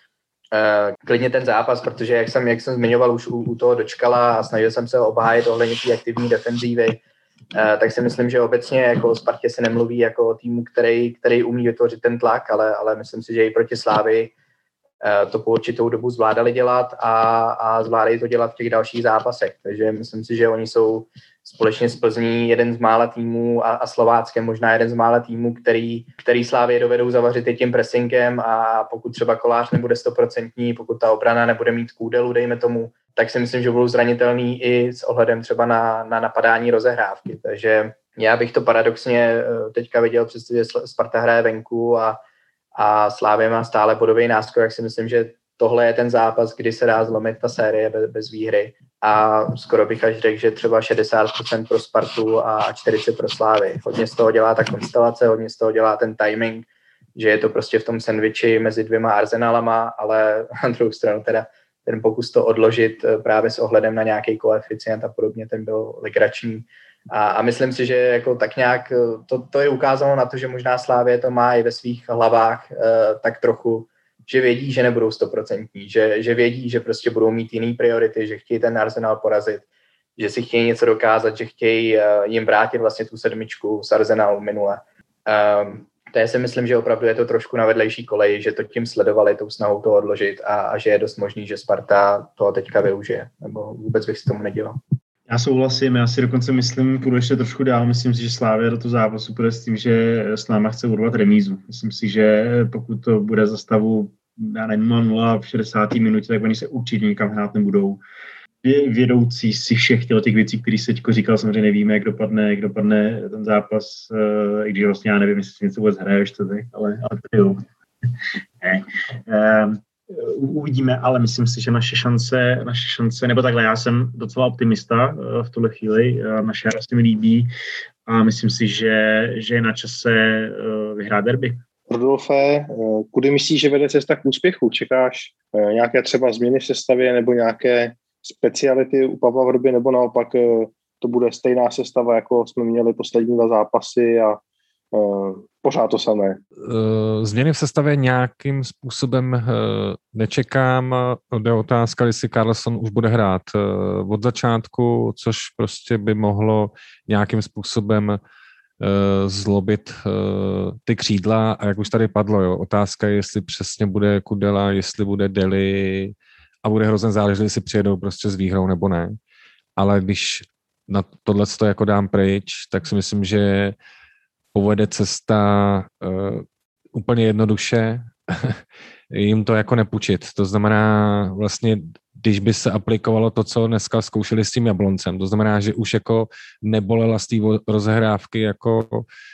klidně ten zápas, protože jak jsem zmiňoval už u toho Dočkala a snažil jsem se obhájit ohledně té aktivní defenzívy, tak si myslím, že obecně jako o Spartě se nemluví jako o týmu, který umí vytvořit ten tlak, ale myslím si, že i proti Slávii to po určitou dobu zvládali dělat a zvládají to dělat v těch dalších zápasech. Takže myslím si, že oni jsou společně s Plzní jeden z mála týmů a Slováckem možná jeden z mála týmů, který Slávě dovedou zavařit i tím pressingem a pokud třeba Kolář nebude 100%, pokud ta obrana nebude mít Kůdelu, dejme tomu, tak si myslím, že budou zranitelný i s ohledem třeba na napadání rozehrávky. Takže já bych to paradoxně teďka viděl, přestože Sparta hraje venku a Slávě má stále bodový náskok, jak si myslím, že tohle je ten zápas, kdy se dá zlomit ta série bez výhry. A skoro bych až řekl, že třeba 60% pro Spartu a 40% pro Slávy. Hodně z toho dělá ta konstelace, hodně z toho dělá ten timing, že je to prostě v tom sandviči mezi dvěma arzenálama, ale na druhou stranu teda ten pokus to odložit právě s ohledem na nějaký koeficient a podobně, ten byl legrační. A myslím si, že jako tak nějak to je ukázalo na to, že možná Slávě to má i ve svých hlavách tak trochu, že vědí, že nebudou 100%, že vědí, že prostě budou mít jiný priority, že chtějí ten Arsenal porazit, že si chtějí něco dokázat, že chtějí jim vrátit vlastně tu 7 z Arsenalu minule. To já si myslím, že opravdu je to trošku na vedlejší koleji, že to tím sledovali, tou snahou to odložit a že je dost možný, že Sparta toho teďka využije, nebo vůbec bych si tomu nedělal. Já souhlasím, já si dokonce myslím, půjdu ještě trošku dál, myslím si, že Slavia do toho zápasu půjde s tím, že s náma chce urvat remízu. Myslím si, že pokud to bude za stavu 0-0 v 60. minutě, tak oni se určitě nikam hrát nebudou. Vědoucí si všech těch věcí, které se teďko říkal, samozřejmě nevíme, jak dopadne ten zápas, i když vlastně já nevím, jestli si něco vůbec hraješ, ale to jo. Uvidíme, ale myslím si, že naše šance, nebo takhle, já jsem docela optimista v tuhle chvíli, naše hra se mi líbí a myslím si, že je na čase vyhrát derby. Rodolfe, kudy myslíš, že vede cesta k úspěchu? Čekáš nějaké třeba změny v sestavě nebo nějaké speciality u Pavla Vrby, nebo naopak to bude stejná sestava, jako jsme měli poslední 2 zápasy a pořád to samé? Změny v sestavě nějakým způsobem nečekám. Jde otázka, jestli Karlsson už bude hrát od začátku, což prostě by mohlo nějakým způsobem zlobit ty křídla. A jak už tady padlo, jo, otázka je, jestli přesně bude Kudela, jestli bude Deli a bude hrozně záležet, jestli přijedou prostě s výhrou nebo ne. Ale když na tohleto jako dám pryč, tak si myslím, že povede cesta úplně jednoduše jim to jako nepůjčit. To znamená vlastně, když by se aplikovalo to, co dneska zkoušeli s tím Jabloncem, to znamená, že už jako nebolela z té rozehrávky, jako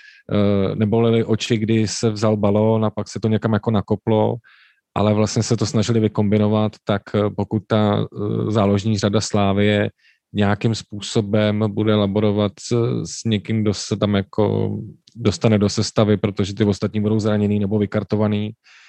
nebolely oči, kdy se vzal balón a pak se to někam jako nakoplo, ale vlastně se to snažili vykombinovat, tak pokud ta záložní řada Slávie nějakým způsobem bude laborovat s někým, kdo se tam jako dostane do sestavy, protože ty ostatní budou zraněný nebo vykartovaný,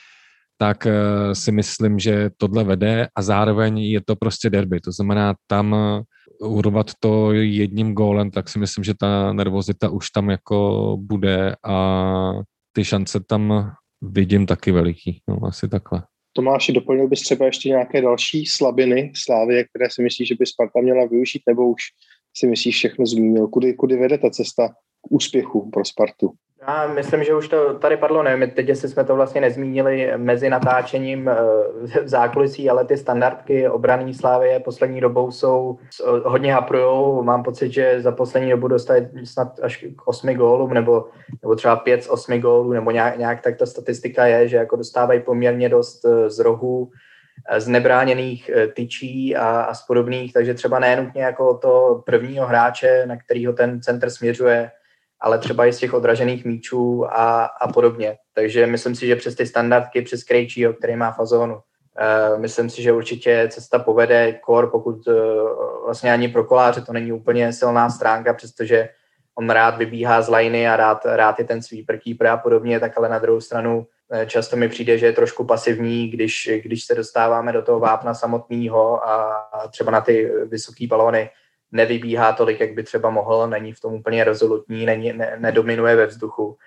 tak si myslím, že tohle vede a zároveň je to prostě derby. To znamená tam urvat to jedním gólem, tak si myslím, že ta nervozita už tam jako bude a ty šance tam vidím taky veliký. No, asi takhle. Tomáši, doplnil bys třeba ještě nějaké další slabiny Slávie, které si myslíš, že by Sparta měla využít, nebo už si myslíš všechno zmínil? Kudy vede ta cesta k úspěchu pro Spartu? Já myslím, že už to tady padlo, nevím, teď jestli jsme to vlastně nezmínili mezi natáčením v zákulisí, ale ty standardky obranné Slávie poslední dobou jsou hodně haprujou. Mám pocit, že za poslední dobu dostali snad až k 8 gólům, nebo třeba 5 z 8 gólů, nebo nějak tak ta statistika je, že jako dostávají poměrně dost z rohů, z nebráněných tyčí a z podobných, takže třeba nenutně jako to prvního hráče, na kterýho ten centr směřuje, ale třeba i z těch odražených míčů a podobně. Takže myslím si, že přes ty standardky, přes Krejčího, který má fazónu, myslím si, že určitě cesta povede kor, pokud vlastně ani pro Koláře to není úplně silná stránka, přestože on rád vybíhá z lajny a rád je ten sweeper keeper a podobně, tak ale na druhou stranu často mi přijde, že je trošku pasivní, když se dostáváme do toho vápna samotného a třeba na ty vysoké balóny nevybíhá tolik, jak by třeba mohl, není v tom úplně rezolutní, nedominuje ve vzduchu.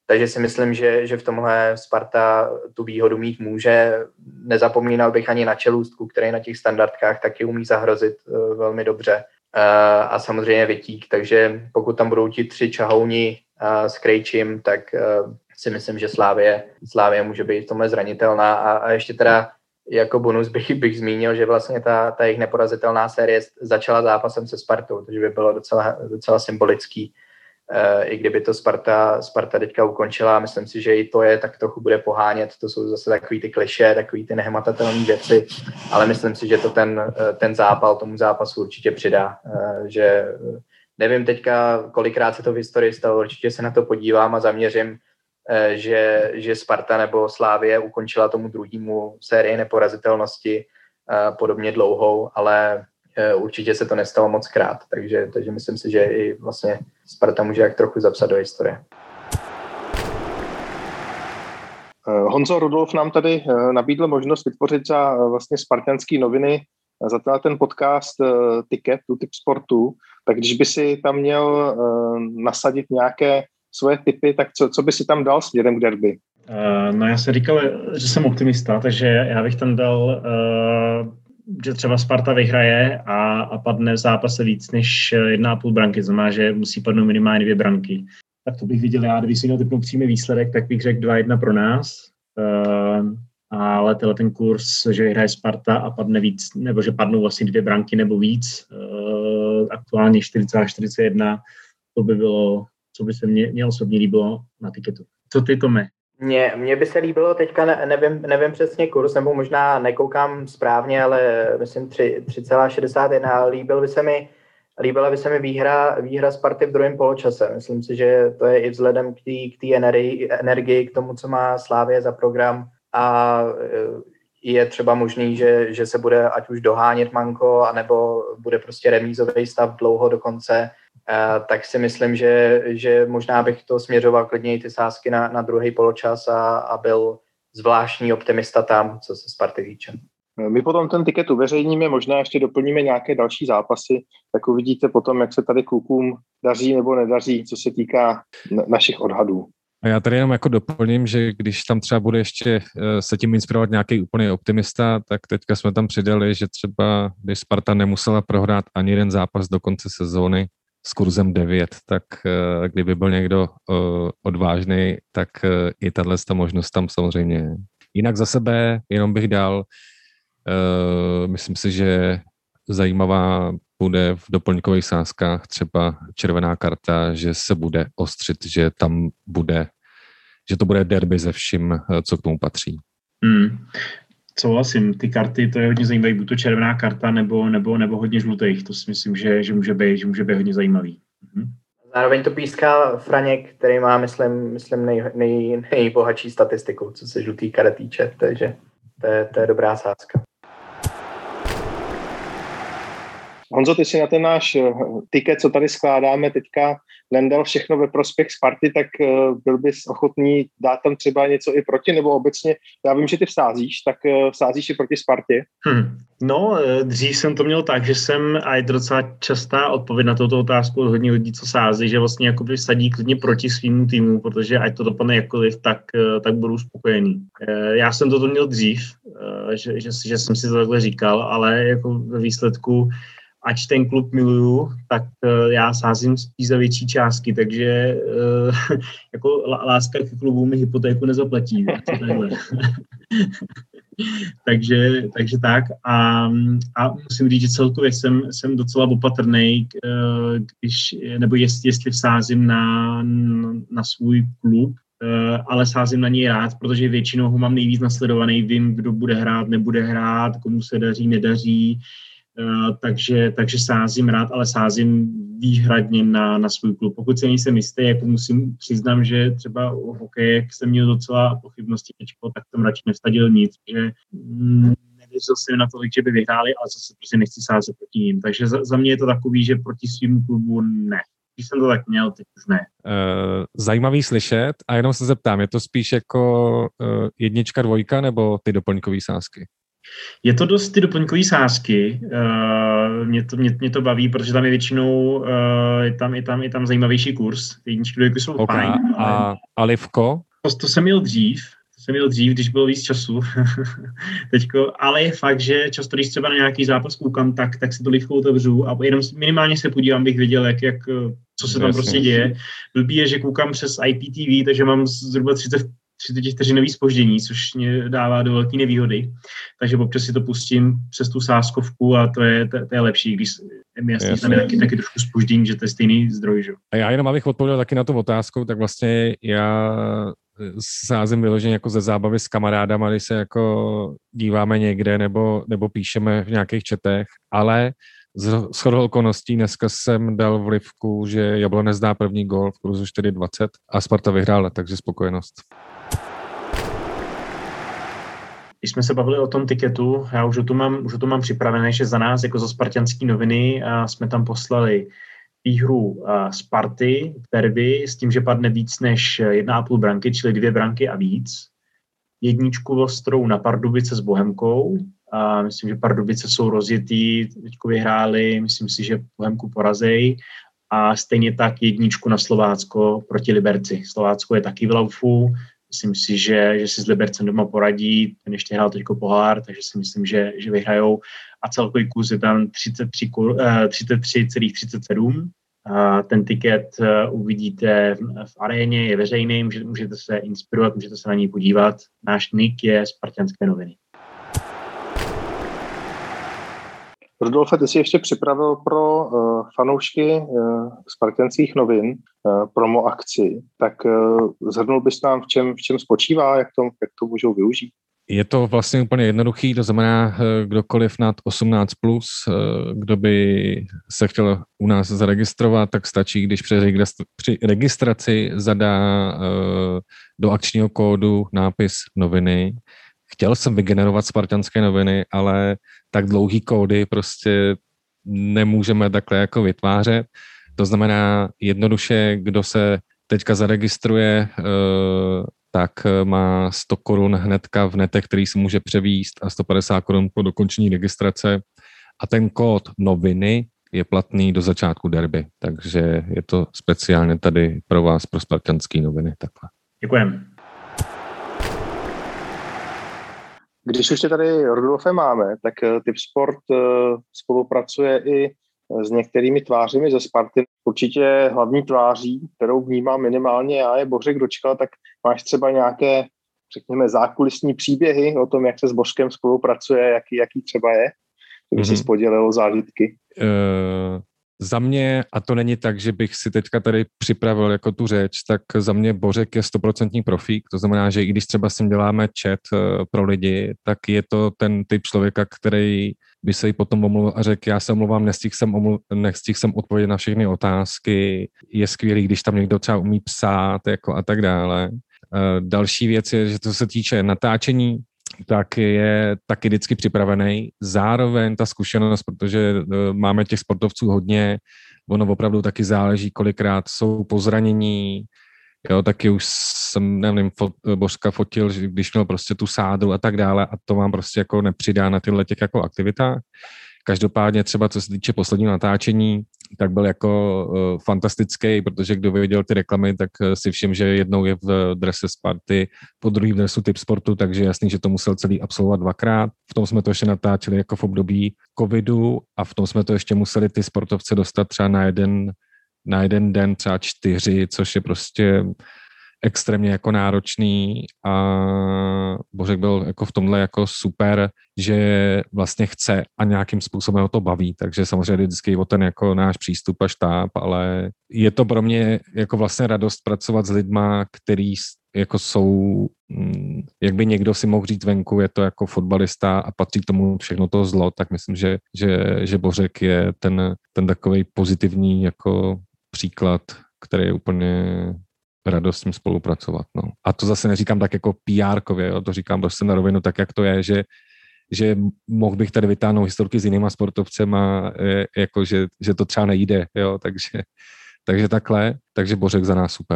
Takže si myslím, že v tomhle Sparta tu výhodu mít může. Nezapomínal bych ani na Čelůstku, který na těch standardkách taky umí zahrozit velmi dobře. A samozřejmě Vitík, takže pokud tam budou ti 3 čahouni s Krejčím, tak si myslím, že Slavie může být v tomhle zranitelná. A ještě teda jako bonus bych zmínil, že vlastně ta jejich neporazitelná série začala zápasem se Spartou, takže by bylo docela symbolický, i kdyby to Sparta teďka ukončila. Myslím si, že i to je tak trochu bude pohánět, to jsou zase takový ty klišé, takový ty nehmatatelné věci, ale myslím si, že to ten zápal tomu zápasu určitě přidá, že nevím teďka, kolikrát se to v historii stalo, určitě se na to podívám a zaměřím, že Sparta nebo Slavie ukončila tomu druhému sérii neporazitelnosti podobně dlouhou, ale určitě se to nestalo moc krát, takže myslím si, že i vlastně Sparta může jak trochu zapsat do historie. Honzo, Rudolf nám tady nabídl možnost vytvořit za vlastně spartanský noviny za ten podcast Ticket, typ sportu, tak když by si tam měl nasadit nějaké svoje tipy, tak co by si tam dal směrem k derby? No já jsem říkal, že jsem optimista, takže já bych tam dal, že třeba Sparta vyhraje a padne v zápase víc než 1,5 branky, znamená, že musí padnout minimálně 2 branky. Tak to bych viděl já, kdybych si měl typnout přímý výsledek, tak bych řekl 2-1 pro nás. Ale ten kurz, že vyhraje Sparta a padne víc, nebo že padnou vlastně 2 branky nebo víc, aktuálně 4,41, to by bylo, co by se mně osobně líbilo na tiketu. Co ty, Tome? Mně by se líbilo, teďka nevím přesně kurz, nebo možná nekoukám správně, ale myslím 3,61. Líbila by se mi výhra Sparty v druhém poločase. Myslím si, že to je i vzhledem k té energii, k tomu, co má Slavie za program, a je třeba možný, že se bude ať už dohánět manko, anebo bude prostě remízový stav dlouho do konce, tak si myslím, že možná bych to směřoval klidněji ty sázky na druhý poločas a byl zvláštní optimista tam, co se Sparty týče. My potom ten tiket uveřejníme, možná ještě doplníme nějaké další zápasy, tak uvidíte potom, jak se tady klukům daří nebo nedaří, co se týká našich odhadů. A já tady jenom jako doplním, že když tam třeba bude ještě se tím inspirovat nějaký úplný optimista, tak teďka jsme tam přidali, že třeba když Sparta nemusela prohrát ani jeden zápas do konce sezóny s kurzem 9, tak kdyby byl někdo odvážný, tak i tato možnost tam samozřejmě je. Jinak za sebe jenom bych dal, myslím si, že zajímavá bude v doplňkových sázkách třeba červená karta, že se bude ostřit, že tam bude, že to bude derby ze vším, co k tomu patří. Souhlasím, ty karty, to je hodně zajímavý, buď to červená karta nebo hodně žlutých, to si myslím, že může být hodně zajímavý. Zároveň to píská Franěk, který má, myslím nejbohatší statistiku, co se žlutý karet týče, takže to je dobrá sázka. Honzo, ty si na ten náš tiket, co tady skládáme teďka, dal všechno ve prospěch Sparty, tak byl bys ochotný dát tam třeba něco i proti, nebo obecně, já vím, že ty vsázíš, tak vsázíš i proti Spartě? No, dřív jsem to měl tak, že jsem, a je to docela častá odpověď na touto otázku od hodně lidí, co sází, že vlastně jakoby vsadí klidně proti svýmu týmu, protože ať to dopadne jakkoliv, tak budu spokojený. Já jsem toto měl dřív, že jsem si to takhle říkal, ale jako ve výsledku ať ten klub miluju, tak já sázím spíš za větší částky, takže jako láska k klubu mi hypotéku nezaplatí. takže tak. A musím říct, že celkově jsem docela opatrnej, nebo jestli vsázím na svůj klub, ale sázím na něj rád, protože většinou ho mám nejvíc nasledovaný, vím, kdo bude hrát, nebude hrát, komu se daří, nedaří. Takže sázím rád, ale sázím výhradně na svůj klub. Pokud se nejsem jistý, jako musím přiznám, že třeba o hokeji, jak jsem měl docela pochybnosti, tak jsem radši nevsadil nic, že nevěřil jsem na tolik, že by vyhráli, ale zase prostě nechci sázet proti ním. Takže za mě je to takový, že proti svým klubu ne. Když jsem to tak měl, teď už ne. Zajímavý slyšet a jenom se zeptám, je to spíš jako 1, 2 nebo ty doplňkový sázky? Je to dost ty doplňkový sázky, mě to baví, protože tam je většinou je tam zajímavější kurz, jedničky dvojky jsou fajn. A Livko? To jsem měl dřív, když bylo víc času. Teďko, ale je fakt, že často, když třeba na nějaký zápas koukám, tak si to Livko otevřu a jenom minimálně se podívám, bych věděl, co se tam prostě děje. Blbý je, že koukám přes IPTV, takže mám zhruba 30 vteřinový zpoždění, což mě dává do velké nevýhody. Takže občas si to pustím přes tu sázkovku a to je lepší, když mi jasný, tam je taky trošku zpoždění, že to je stejný zdroj. Že? A já jenom abych odpověděl taky na tu otázku, tak vlastně já sázím vyloženě jako ze zábavy s kamarádama, když se jako díváme někde nebo píšeme v nějakých četech, ale shodou okolností dneska jsem dal v Livku, že Jablonec dá první gól v kurzu 4,20 a Sparta vyhrála, takže spokojenost. Když jsme se bavili o tom tiketu, já už to mám připravené, že za nás, jako za Spartanský noviny, jsme tam poslali výhru Sparty v derby s tím, že padne víc než 1,5 branky, čili 2 branky a víc. 1 ostrou na Pardubice s Bohemkou. A myslím, že Pardubice jsou rozjetý, teďko vyhráli, myslím si, že Bohemku porazej. A stejně tak 1 na Slovácko proti Liberci. Slovácko je taky v laufu. Myslím si, že si s Libercem doma poradí, ten ještě hrál teďko pohár, takže si myslím, že vyhrajou. A celkový kurz je tam 33,37. Ten tiket uvidíte v aréně, je veřejný, můžete se inspirovat, můžete se na něj podívat. Náš nick je Spartanské noviny. Rudolfe, ty jsi ještě připravil pro fanoušky Spartanských novin promo akci, tak shrnul bys nám, v čem spočívá, jak to můžou využít? Je to vlastně úplně jednoduchý, to znamená kdokoliv nad 18+, kdo by se chtěl u nás zaregistrovat, tak stačí, když při registraci zadá do akčního kódu nápis noviny. Chtěl jsem vygenerovat Spartanské noviny, ale tak dlouhý kódy prostě nemůžeme takhle jako vytvářet. To znamená jednoduše, kdo se teďka zaregistruje, tak má 100 korun hnedka v netech, který se může převíst a 150 korun po dokončení registrace. A ten kód noviny je platný do začátku derby, takže je to speciálně tady pro vás, pro Spartanské noviny. Takhle. Děkujeme. Když už tě tady, Rudolfe, máme, tak Tipsport spolupracuje i s některými tvářemi ze Sparty. Určitě hlavní tváří, kterou vnímám minimálně já, je Bořek Dočkal, tak máš třeba nějaké, řekněme, zákulisní příběhy o tom, jak se s Bořkem spolupracuje, jaký třeba je? To by si podělil zážitky. Za mě, a to není tak, že bych si teďka tady připravil jako tu řeč, tak za mě Bořek je 100% profík, to znamená, že i když třeba s ním děláme chat pro lidi, tak je to ten typ člověka, který by se jí potom omluvil a řekl, já se omluvám, nestihl jsem odpovědět na všechny otázky, je skvělý, když tam někdo třeba umí psát jako a tak dále. Další věc je, že to se týče natáčení, tak je taky vždycky připravený. Zároveň ta zkušenost, protože máme těch sportovců hodně, ono opravdu taky záleží, kolikrát jsou po zranění, jo, taky už jsem, nevím, Božka fotil, když měl prostě tu sádru a tak dále a to vám prostě jako nepřidá na tyhle těch jako aktivitách. Každopádně třeba co se týče posledního natáčení, tak byl jako fantastický, protože kdo viděl ty reklamy, tak si všim, že jednou je v drese Sparty, po druhý v dresu Tipsportu, takže jasný, že to musel celý absolvovat 2krát. V tom jsme to ještě natáčeli jako v období covidu a v tom jsme to ještě museli ty sportovce dostat třeba na jeden den třeba 4, což je prostě extrémně jako náročný a Bořek byl jako v tomhle jako super, že vlastně chce a nějakým způsobem ho to baví, takže samozřejmě vždycky o ten jako náš přístup a štáb, ale je to pro mě jako vlastně radost pracovat s lidma, který jako jsou, jak by někdo si mohl říct venku, je to jako fotbalista a patří k tomu všechno to zlo, tak myslím, že Bořek je ten takovej pozitivní jako příklad, který je úplně radost s tím spolupracovat. No. A to zase neříkám tak jako PR-kově, jo? To říkám prostě na rovinu tak, jak to je, že mohl bych tady vytáhnout historky s jinýma sportovcema, jako že to třeba nejde, jo? Takže takhle, takže Bořek za nás super.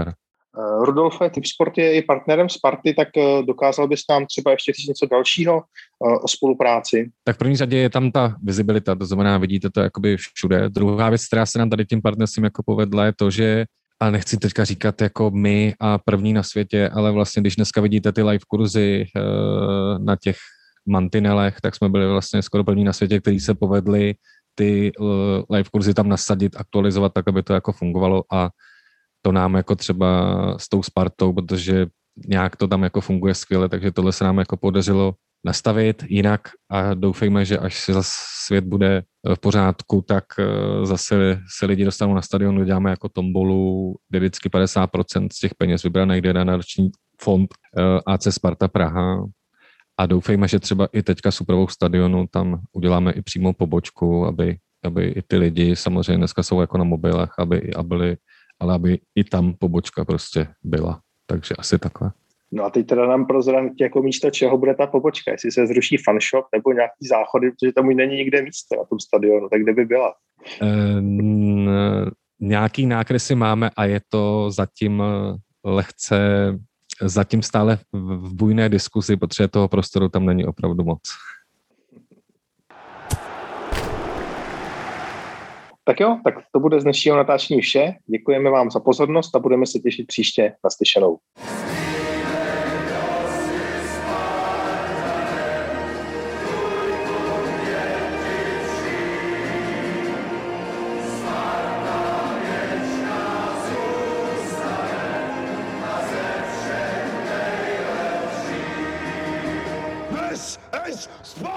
Rudolfe, Tipsport je i partnerem Sparty, tak dokázal bys nám třeba ještě říct něco dalšího o spolupráci? Tak v první řadě je tam ta vizibilita, to znamená, vidíte to jakoby všude. Druhá věc, která se nám tady tím partnerstvím jako povedla, je to, že, a nechci teďka říkat jako my a první na světě, ale vlastně, když dneska vidíte ty live kurzy na těch mantinelech, tak jsme byli vlastně skoro první na světě, který se povedli ty live kurzy tam nasadit, aktualizovat tak, aby to jako fungovalo a to nám jako třeba s tou Spartou, protože nějak to tam jako funguje skvěle, takže tohle se nám jako podařilo nastavit jinak a doufejme, že až se zase svět bude v pořádku, tak zase se lidi dostanou na stadion, děláme jako tombolu, kde vždycky 50% z těch peněz vybraných jde na nadační fond AC Sparta Praha a doufejme, že třeba i teďka s úpravou stadionu tam uděláme i přímou pobočku, aby i ty lidi, samozřejmě dneska jsou jako na mobilech, ale aby i tam pobočka prostě byla. Takže asi takhle. No a teď teda nám prozradit jako místo čeho bude ta pobočka, jestli se zruší fanshop nebo nějaký záchody, protože tam už není nikde místo na tom stadionu, tak kde by byla? Nějaký nákresy máme a je to zatím stále v bujné diskuzi, protože toho prostoru tam není opravdu moc. Tak jo, tak to bude z dnešního natáčení vše. Děkujeme vám za pozornost a budeme se těšit příště na slyšenou. This is Sparta!